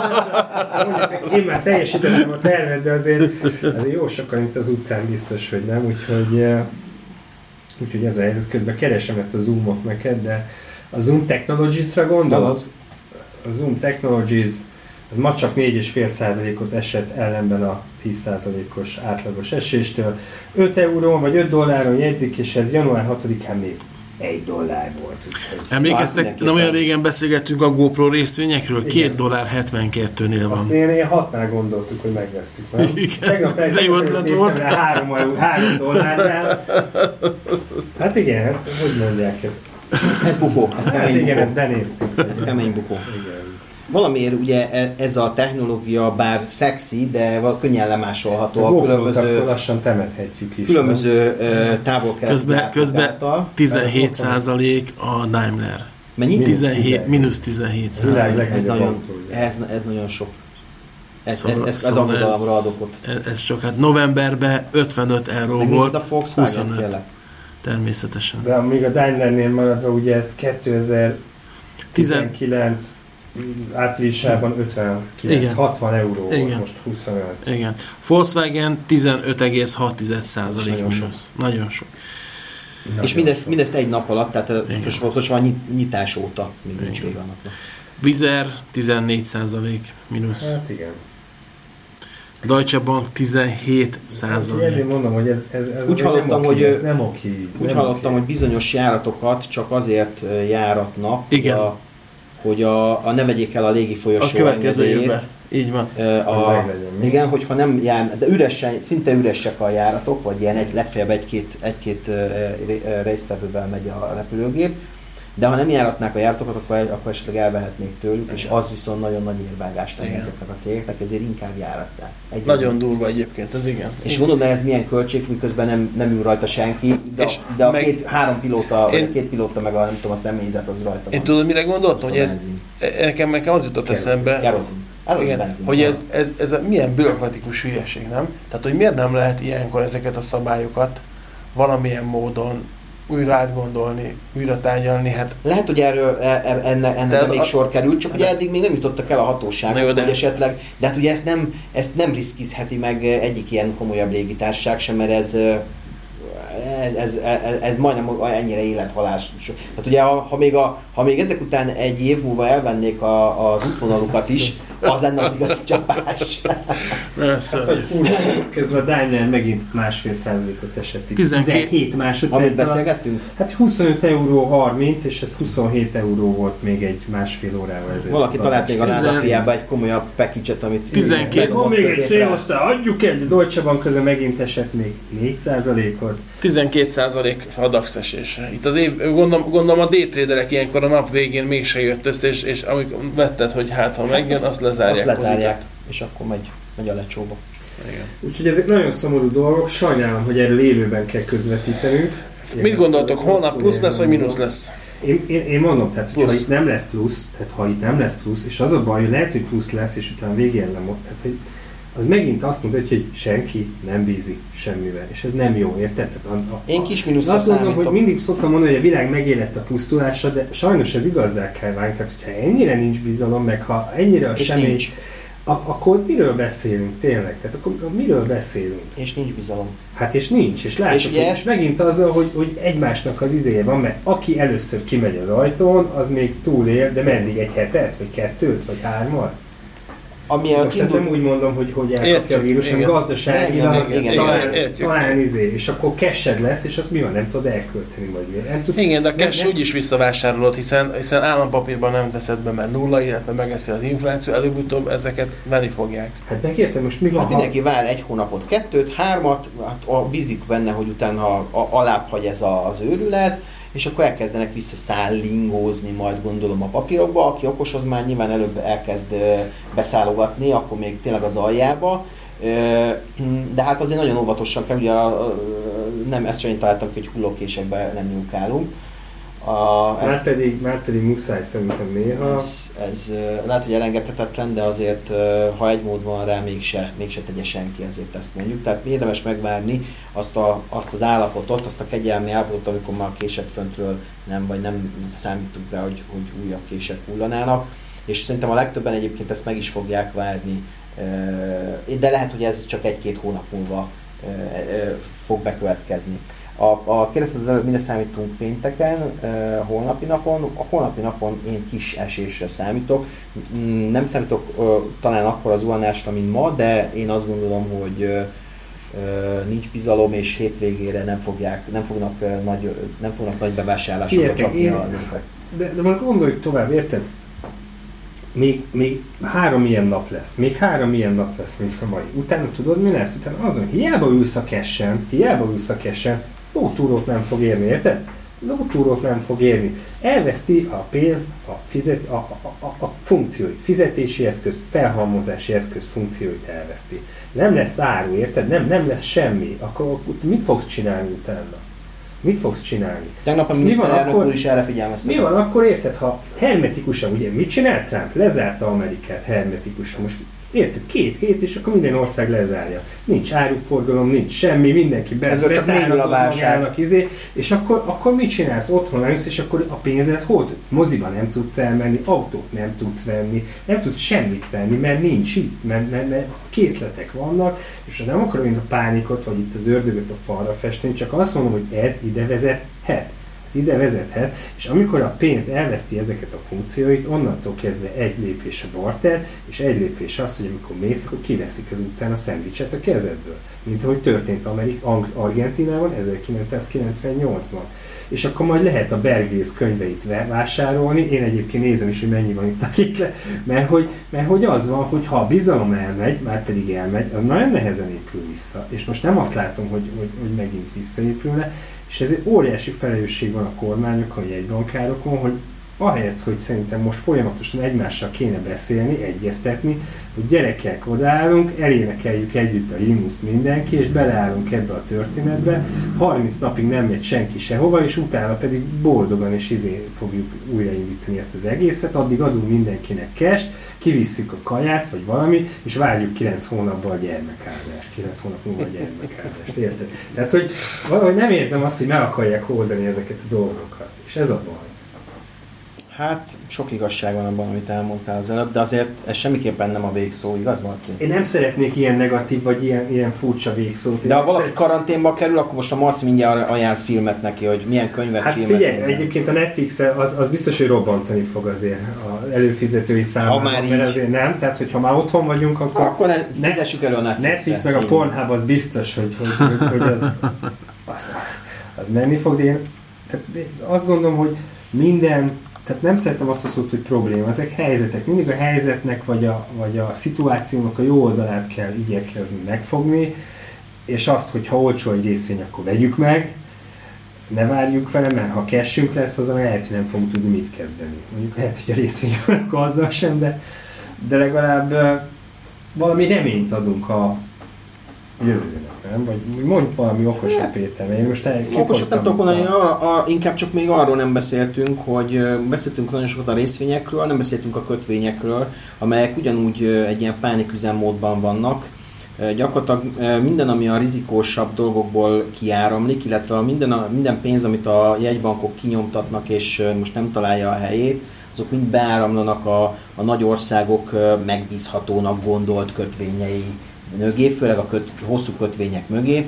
Én már teljesítettem a tervet, de azért, azért jó sokan itt az utcán biztos, hogy nem, úgyhogy Úgyhogy ez a helyzet, közben keresem ezt a Zoomot neked, de a Zoom Technologies-ra gondolsz? A Zoom Technologies az ma csak négy egész öt százalékot esett ellenben a tíz százalékos átlagos eséstől. öt euró vagy öt dolláron jegyzik, és ez január hatodikán még egy dollár volt. Úgyhogy emlékeztek, nem olyan régen beszélgettünk a GoPro részvényekről? két dollár hetvenkettőnél van. Azt én, én hatnál gondoltuk, hogy megveszik, nem? Igen, de jó ötlet volt. három dollárnál. Hát igen, hát hogy mondják ezt? Ez bukó, ez hát kemény igen, bukó. ezt benéztük. Ez kemény bukó. Igen. Valamiért ugye ez a technológia bár szexi, de könnyen lemásolható a különböző akkor lassan temethetjük is. Különböző távolkereskedelmi közben, közben tizenhét százalék a Daimler. Mennyi? tizenhét, mínusz tizenhét százalék. Ez nagyon, ez, ez nagyon sok. Ez, szóval, ez, ez szóval aggodalomra ad okot. Ez, ez sok. Hát novemberben ötvenöt euró meg volt. A Volkswagen tényleg. Természetesen. De még a Daimlernél maradva ugye ez kétezer-tizenkilenc áprilisában ötvenkilenc, igen. hatvan euró volt, igen. Most huszonöt. Igen. Volkswagen tizenöt egész hat százalék nagyon mínusz. Sok. Nagyon sok. Nagyon és mindezt, mindezt egy nap alatt, tehát most, most van nyitás óta, még nincs vége annak. Vizer tizennégy százalék mínusz. Hát igen. Deutsche Bank tizenhét százalék. Ezért mondom, hogy ez, ez, ez úgy hallottam, nem hogy, oké, ez nem oké. Úgy nem hallottam, oké. hogy bizonyos járatokat csak azért járatnak, igen. hogy, a, hogy a, a ne vegyék el a légi folyosó a következő évben. Így van. A, a, igen, hogyha nem jár, de üresen, szinte üresek a járatok, vagy ilyen egy, legfeljebb egy-két, egy-két résztvevővel megy a repülőgép, de ha nem járatnák a járatokat, akkor, akkor esetleg elvehetnék tőlük, igen. És az viszont nagyon nagy érvágást tenni ezeknek a cégeknek, ezért inkább járatták. Egy nagyon durva egyébként, ez igen. És gondolom, ez milyen költség, miközben nem, nem ül rajta senki, de, de a meg, két, három pilóta, én, vagy a két pilóta, meg a, nem tudom, a személyzet az rajta van. Én tudom, mire gondoltam, hogy ez, nekem, nekem az jutott kerozin, eszembe, kerozin. Igen, benzin, hogy ez, ez, ez milyen bürokratikus hülyeség, nem? Tehát, hogy miért nem lehet ilyenkor ezeket a szabályokat valamilyen módon újra átgondolni, újra tárgyalni, hát... Lehet, hogy erről enne, enne még a... sor került, csak ugye eddig még nem jutottak el a hatóságok, de... esetleg, de hát ugye ezt nem, ezt nem riszkizheti meg egyik ilyen komolyabb légitársaság sem, mert ez, ez, ez, ez, ez majdnem ennyire élethalás. Tehát ugye, ha, ha, még a, ha még ezek után egy év múlva elvennék a, az útvonalukat is, az lenne az igazi csapás. Hát, hogy közben a Daimler megint másfél százalékot esett. tizenhét másodperc. Amit beszélgettünk? Hát huszonöt euró harminc, és ez huszonhét euró volt még egy másfél órával ezelőtt. Valaki talált még a Nádafiába egy komolyabb package-et, amit... tizenkét Van még egy cél, aztán adjuk egy, a Deutsche Bank közben megint esett még négy százalékot. tizenkét százalék a DAX esése. Itt az év, gondolom, gondolom a daytraderek ilyenkor a nap végén mégse jött össze, és, és amikor vetted, hogy hát ha megjön, azt lezárják. Azt lezárják, és akkor megy, megy a lecsóba. Igen. Úgyhogy ezek nagyon szomorú dolgok, sajnálom, hogy erről élőben kell közvetítenünk. Én Mit gondoltok, holnap plusz lesz, vagy mínusz lesz? Én, én, én mondom, tehát ha itt nem lesz plusz, tehát ha itt nem lesz plusz, és az a baj, hogy lehet, hogy plusz lesz, és utána végén nem ott, tehát hogy az megint azt mondja, hogy senki nem bízik semmivel, és ez nem jó, érted? A, a, Én kis mínuszra azt mondom, számítok. hogy mindig szoktam mondani, hogy a világ megélett a pusztulásra, de sajnos ez igazzá kell válni, tehát hogyha ennyire nincs bizalom, meg ha ennyire a semmi, a, akkor miről beszélünk tényleg? Tehát akkor miről beszélünk? És nincs bizalom. Hát és nincs, és látjuk, és, hogy ezt... megint azzal, hogy, hogy egymásnak az izéje van, mert aki először kimegy az ajtón, az még túlél, de meddig egy hetet, vagy kettőt, vagy hármat? Ami most indul... ezt nem úgy mondom, hogy, hogy elkapja a vírus, hanem gazdaságilag talán, talán izé, és akkor cash-ed lesz, és azt mi van, nem tudod elkölteni, vagy nem tudsz... Igen, de a cash úgyis visszavásárolod, hiszen, hiszen állampapírban nem teszed be, mert nulla, illetve megeszi az infláció, előbb-utóbb ezeket venni fogják. Hát megértem, most mi van? Hát mindenki vár egy hónapot, kettőt, hármat, hát a bízik benne, hogy utána alább hagy ez az őrület, és akkor elkezdenek visszaszállingózni majd gondolom a papírokba, aki okos, az már nyilván előbb elkezd beszállogatni, akkor még tényleg az aljába, de hát azért nagyon óvatosan kell, ugye nem ezt sem én találtam ki, hogy hullókésekbe nem nyúlkálunk. A, már, pedig, már pedig muszáj szerintem néha. Ez, ez lehet, hogy elengedhetetlen, de azért ha egy mód van rá, mégse, mégse tegye senki, ezért ezt mondjuk. Tehát érdemes megvárni azt, a, azt az állapotot, azt a kegyelmi állapotot, amikor már a kések föntről nem, vagy nem számítunk rá, hogy, hogy újabb kések hullanának. És szerintem a legtöbben egyébként ezt meg is fogják várni. De lehet, hogy ez csak egy-két hónap múlva fog bekövetkezni. A, a kérdezted az előbb, mire számítunk pénteken, uh, holnapi napon. A holnapi napon én kis esésre számítok. Nem számítok uh, talán akkor az zuhanásra, mint ma, de én azt gondolom, hogy uh, uh, nincs bizalom, és hétvégére nem, fogják, nem, fognak, uh, nagy, nem fognak nagy bevásárlásokat csapni a népek. De, de most gondoljuk tovább, érted? Még, még három ilyen nap lesz. Még három ilyen nap lesz, mint a mai. Utána tudod, mi lesz? Utána azon, hiába ülsz a cash-en, hiába ülsz a cash-en, lótúrót nem fog érni, érted? Lótúrót nem fog érni. Elveszti a pénz, a, fizet, a, a, a, a funkcióit, fizetési eszköz, felhalmozási eszköz funkcióit elveszti. Nem lesz áru, érted? Nem, nem lesz semmi. Akkor mit fogsz csinálni utána? Mit fogsz csinálni? Tegnap a miniszterelnök úr is erre figyelmeztetett. Mi van akkor, érted, ha hermetikusan, ugye mit csinált Trump? Lezárta Amerikát hermetikusan. Most érted, két hét, és akkor minden ország lezárja. Nincs áruforgalom, nincs semmi, mindenki betárazott magának, izé, és akkor, akkor mit csinálsz? Otthon leülsz, és akkor a pénzed hol? Moziba nem tudsz elmenni, autót nem tudsz venni, nem tudsz semmit venni, mert nincs itt, mert, mert, mert készletek vannak, és nem akarom én a pánikot, vagy itt az ördögöt a falra festeni, csak azt mondom, hogy ez ide vezethet. Ez ide vezethet, és amikor a pénz elveszti ezeket a funkcióit, onnantól kezdve egy lépés a barter, és egy lépés az, hogy amikor mész, akkor kiveszik az utcán a szendvicset a kezedből. Mint ahogy történt Amerik- Argentinában ezerkilencszázkilencvennyolcban. És akkor majd lehet a Bergész könyveit vásárolni, én egyébként nézem is, hogy mennyi van itt a készlet, mert hogy, mert hogy az van, hogy ha a bizalom elmegy, már pedig elmegy, az nagyon nehezen épül vissza. És most nem azt látom, hogy, hogy, hogy megint visszaépülne, és ezért óriási felelősség van a kormányokon, vagy egybankárokon, hogy ahelyett, hogy szerintem most folyamatosan egymással kéne beszélni, egyeztetni, hogy gyerekek, odaállunk, elénekeljük együtt a himnuszt mindenki, és beleállunk ebbe a történetbe, harminc napig nem megy senki sehova, és utána pedig boldogan és izé fogjuk újraindítani ezt az egészet, addig adunk mindenkinek cash, kivisszük a kaját, vagy valami, és várjuk kilenc hónapban a gyermekáldást, kilenc hónap múlva a gyermekáldást, érted? Tehát, hogy valahogy nem érzem azt, hogy meg akarják oldani ezeket a dolgokat, és ez a baj. Hát sok igazság van abban, amit elmondtál az előbb, de azért ez semmiképpen nem a végszó, igaz, Marci? Én nem szeretnék ilyen negatív, vagy ilyen, ilyen furcsa végszót. De ha valaki szeret... karanténba kerül, akkor most a Marci mindjárt ajánl filmet neki, hogy milyen könyvet, hát filmet figyelj, nézzen. Egyébként a Netflix az, az biztos, hogy robbantani fog azért az előfizetői számára. Ha már mert azért nem, tehát hogyha már otthon vagyunk, akkor... Akkor ne, fizessük elő a Netflix. Netflix meg a Pornhub az biztos, hogy, hogy, hogy, hogy az, az, az menni fog, de én tehát azt gondolom, hogy minden. Tehát nem szeretem azt a szót, hogy probléma. Ezek helyzetek. Mindig a helyzetnek vagy a, vagy a szituációnak a jó oldalát kell igyekezni megfogni, és azt, hogy ha olcsó egy részvény, akkor vegyük meg, ne várjuk vele, mert ha cashünk lesz, azon lehet, hogy nem fogunk tudni mit kezdeni. Mondjuk lehet, hogy a részvény akkor azzal sem, de, de legalább uh, valami reményt adunk a jövőnek, nem? Vagy mondj valami okosat, Péter, én most okosat nem tudok mondani, inkább csak még arról nem beszéltünk, hogy beszéltünk nagyon sokat a részvényekről, nem beszéltünk a kötvényekről, amelyek ugyanúgy egy ilyen pániküzemmódban vannak, Gyakorlatilag minden, ami a rizikósabb dolgokból kiáramlik, illetve minden, a, minden pénz, amit a jegybankok kinyomtatnak és most nem találja a helyét, azok mind beáramlanak a, a nagy országok megbízhatónak gondolt kötvényei mögé, főleg a köt, hosszú kötvények mögé.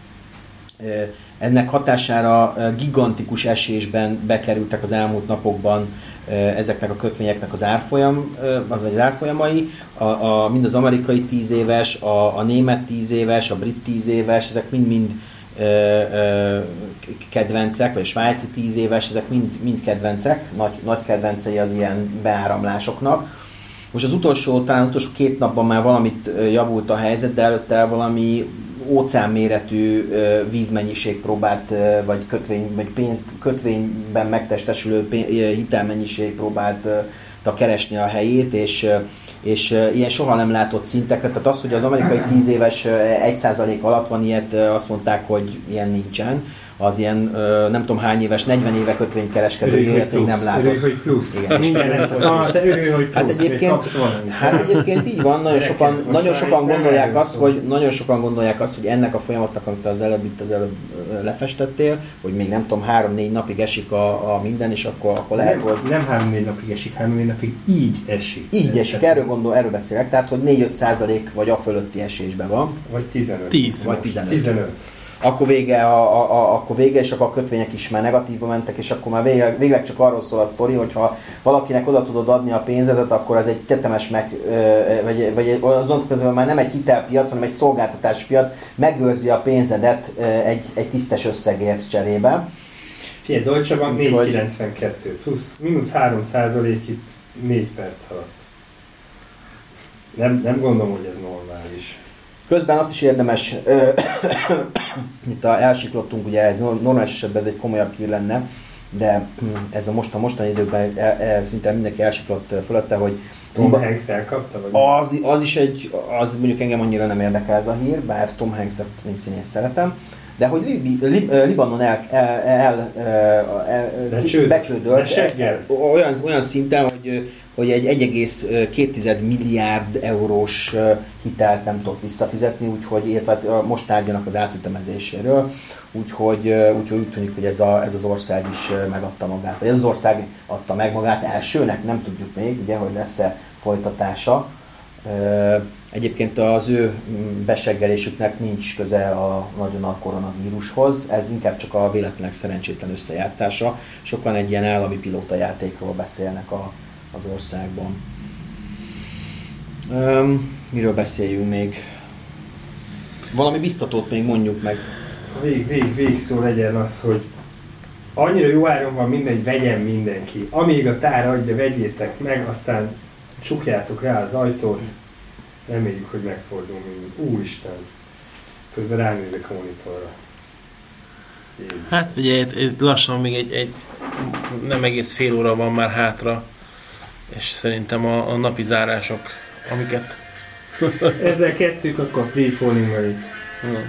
Ennek hatására gigantikus esésben bekerültek az elmúlt napokban ezeknek a kötvényeknek az árfolyam, az, az árfolyamai, a, a, mind az amerikai tíz éves, a, a német tíz éves, a brit tíz éves, ezek mind-mind kedvencek, vagy a svájci tíz éves, ezek mind, mind kedvencek, nagy, nagy kedvencei az ilyen beáramlásoknak. Most az utolsó, talán utolsó két napban már valamit javult a helyzet, de előtte valami óceánméretű vízmennyiség próbált, vagy, kötvény, vagy pénz, kötvényben megtestesülő hitelmennyiség próbált keresni a helyét, és, és ilyen soha nem látott szintekre. Tehát az, hogy az amerikai tíz éves egy százalék alatt van, ilyet azt mondták, hogy ilyen nincsen. Az ilyen nem tudom hány éves, negyven éve kötvénykereskedő ilyet még nem látott. Örülj, hogy plusz. Igen, minden lesz. Örülj, hogy plusz. Hát egyébként, hát egyébként így van, nagyon sokan, nagyon sokan gondolják azt, hogy nagyon sokan gondolják azt, hogy ennek a folyamatnak, amit az előbb itt az előbb lefestettél, hogy még nem tudom, három-négy napig esik a, a minden, és akkor, akkor lehet, nem, hogy... Nem három-négy napig esik, három-négy napig így esik. Így esik, erről gondol, erről beszélek, tehát hogy négy-öt százalék vagy a fölötti esésben van. Vagy tizenöt. tíz. Vagy tizenöt. tizenöt. Akkor vége, a, a, a, akkor vége, és akkor a kötvények is már negatívba mentek, és akkor már végleg, végleg csak arról szól a sztori, hogy ha valakinek oda tudod adni a pénzedet, akkor az egy tetemes meg, vagy, vagy azon közben már nem egy hitelpiac, hanem egy szolgáltatáspiac, megőrzi a pénzedet egy, egy tisztes összegért cserébe. Figyelj, Deutsche Bank négy egész kilencvenkettő plusz mínusz három százalék itt négy perc alatt. Nem, nem gondolom, hogy ez normális. Közben azt is érdemes, itt a elsiklottunk, ugye ez normális esetben ez egy komolyabb hír lenne, de ez a, most, a mostani időkben el, el, szinte mindenki elsiklott fölötte, hogy Tom Hanks elkapta? Vagy az, az is egy, az mondjuk engem annyira nem érdekel ez a hír, bár Tom Hanks-et mint színész szeretem, de hogy Lib- Lib- Libanon el, el, el, el becsődölt olyan, olyan szinten, hogy, hogy egy egy egész két milliárd eurós hitelt nem tudott visszafizetni, úgyhogy illetve most tárgyalnak az átütemezéséről, úgyhogy, úgyhogy úgy tűnik, hogy ez, a, ez az ország is megadta magát, vagy ez az ország adta meg magát elsőnek, nem tudjuk még, ugye, hogy lesz-e folytatása. Egyébként az ő beseggelésüknek nincs köze a, nagyon a koronavírushoz, ez inkább csak a véletlenek szerencsétlen összejátszása. Sokan egy ilyen állami pilótajátékról beszélnek a, az országban. Um, miről beszéljünk még? Valami biztatót még mondjuk meg. Vég, vég, vég szó legyen az, hogy annyira jó áron van mindegy, vegyen mindenki. Amíg a tár adja, vegyétek meg, aztán csukjátok rá az ajtót. Reméljük, hogy megfordul minden. Úristen! Közben ránézek a monitorra. Jézus. Hát figyelj, itt, itt lassan még egy, egy nem egész fél óra van már hátra, és szerintem a, a napi zárások, amiket... Ezzel kezdtük, akkor free falling-val így. Hmm.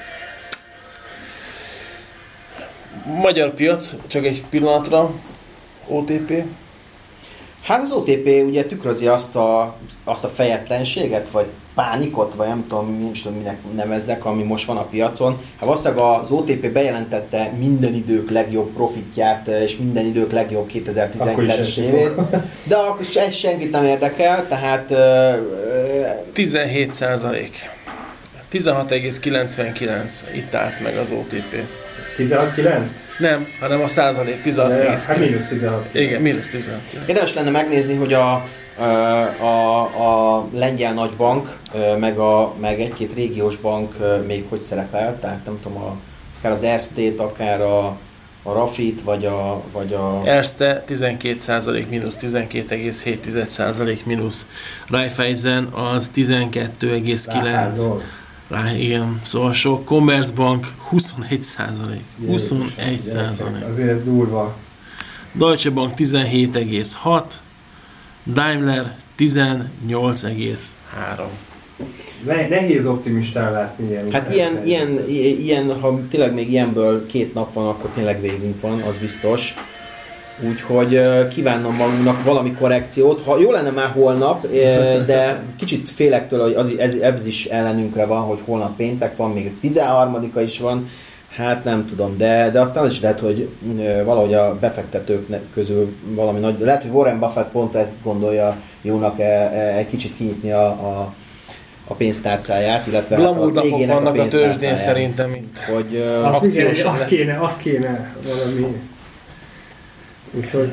Magyar piac, csak egy pillanatra, o té pé. Hát az o té pé ugye tükrözi azt a, azt a fejetlenséget, vagy pánikot, vagy nem tudom, nem tudom minek nevezzek, ami most van a piacon. Hát valószínűleg az o té pé bejelentette minden idők legjobb profitját, és minden idők legjobb kétezer-tizenkilences évét. De akkor ez senkit nem érdekel, tehát... tizenhét százalék. tizenhat egész kilencvenkilenc itt állt meg az o té pé. tizenhat kilenc? Nem, hanem a százalék tizenhat egész kilenc. Hát mínusz tizenhat. Igen, mínusz tizenhat. Érdemes lenne megnézni, hogy a, a, a lengyel nagybank, meg, a, meg egy-két régiós bank még hogy szerepel, tehát nem tudom, a, akár az Erste-t, akár a, a Rafit, vagy a... Vagy a... Erste tizenkét százalék mínusz, tizenkét egész hét százalék mínusz. Raiffeisen az tizenkettő egész kilenc. Rá, igen, szóval sok. Commerzbank huszonegy százalék. huszonegy százalék. Azért ez durva. Deutsche Bank tizenhét egész hat, Daimler tizennyolc egész három. Nehéz optimistán látni ilyen. Hát ilyen, ilyen, ilyen, ha tényleg még ilyenből két nap van, akkor tényleg végünk van, az biztos. Úgyhogy kívánom magunknak valami korrekciót. Ha jó lenne már holnap, de kicsit félek tőle, hogy az, ez, ez is ellenünkre van, hogy holnap péntek van, még tizenharmadika is van. Hát nem tudom, de, de aztán az is lehet, hogy valahogy a befektetők közül valami nagy... Lehet, hogy Warren Buffett pont ezt gondolja jónak egy kicsit kinyitni a, a, a pénztárcáját, illetve hát a cégének vannak a a tőzsdén szerintem, mint hogy azt, akciós. Igen, azt kéne, azt kéne valami... Úgyhogy...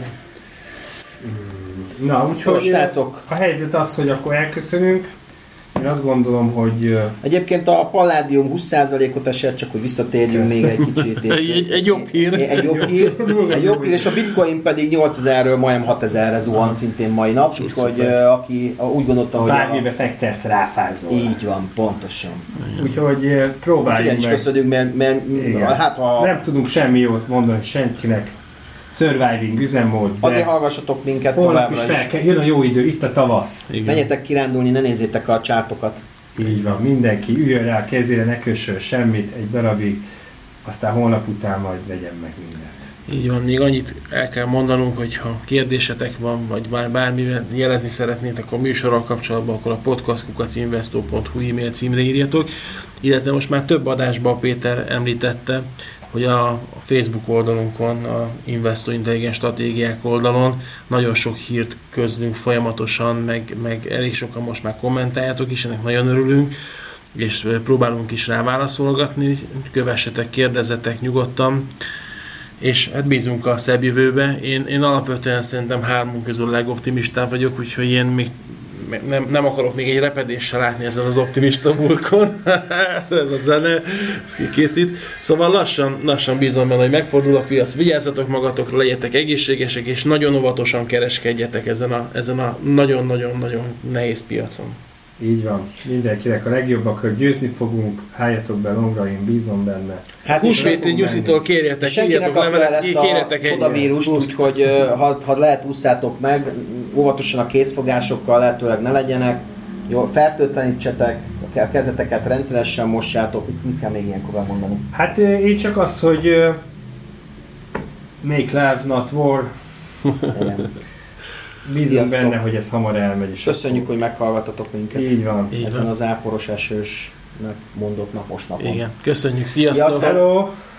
Na, úgyhogy srácok. A helyzet az, hogy akkor elköszönünk. Én azt gondolom, hogy... Egyébként a Palladium húsz százalékot esett, csak hogy visszatérjünk még egy kicsit. És egy, egy jobb hír. Egy jobb hír, egy jobb hír, és a Bitcoin pedig nyolcezerről majdnem hatezerre zuhant szintén mai nap, úgyhogy aki úgy gondolta, hogy... Bármibe a... fektesz, ráfázol. Így van, pontosan. Úgyhogy próbáljunk meg. meg. Köszönjük, mert, mert hát ha... Nem tudunk semmi jót mondani senkinek. Surviving üzemmód. Azért hallgassatok minket továbbra is. Fel kell, jön a jó idő, itt a tavasz. Igen. Menjetek kirándulni, ne nézzétek a csártokat. Így van, mindenki üljön rá a kezére, ne kössön semmit egy darabig, aztán holnap után majd vegyem meg mindent. Így van, még annyit el kell mondanunk, hogy ha kérdésetek van, vagy már bármivel jelezni szeretnétek a műsorral kapcsolatban, akkor a podcast kukac investor pont hu e-mail címre írjatok, illetve most már több adásban Péter említette, hogy a Facebook oldalunkon, a Investor Intelligens Stratégiák oldalon nagyon sok hírt közlünk folyamatosan, meg, meg elég sokan most már kommentáljátok is, ennek nagyon örülünk, és próbálunk is rá válaszolgatni, kövessetek, kérdezzetek nyugodtan, és hát bízunk a szebb jövőbe. Én, én alapvetően szerintem hármunk közül legoptimistább vagyok, úgyhogy én még Nem, nem akarok még egy repedéssel látni ezen az optimista burkon. Ez a zene, ez készít. Szóval lassan, lassan bízom benne, hogy megfordul a piac. Vigyázzatok magatokra, legyetek egészségesek, és nagyon óvatosan kereskedjetek ezen a, ezen a nagyon-nagyon-nagyon nehéz piacon. Így van. Mindenkinek a legjobbak, hogy győzni fogunk. Álljatok be longra, én bízom benne. Hát húsvéti nyuszitól kérjetek, írjatok levelet, kérjetek egy csodavírust, úgyhogy ha, ha lehet ússzátok meg, óvatosan a készfogásokkal lehetőleg ne legyenek, jó, fertőtlenítsetek, a kezeteket rendszeresen mossátok, mit, mit kell még ilyenkor mondani? Hát én csak az, hogy uh, make love, not war. Bízom benne, hogy ez hamar elmegy. És köszönjük, akkor... hogy meghallgattatok minket. Így van. Így ezen van. Az áporos esősnek mondott napos napon. Igen, köszönjük, sziasztok! Sziasztok. Hello.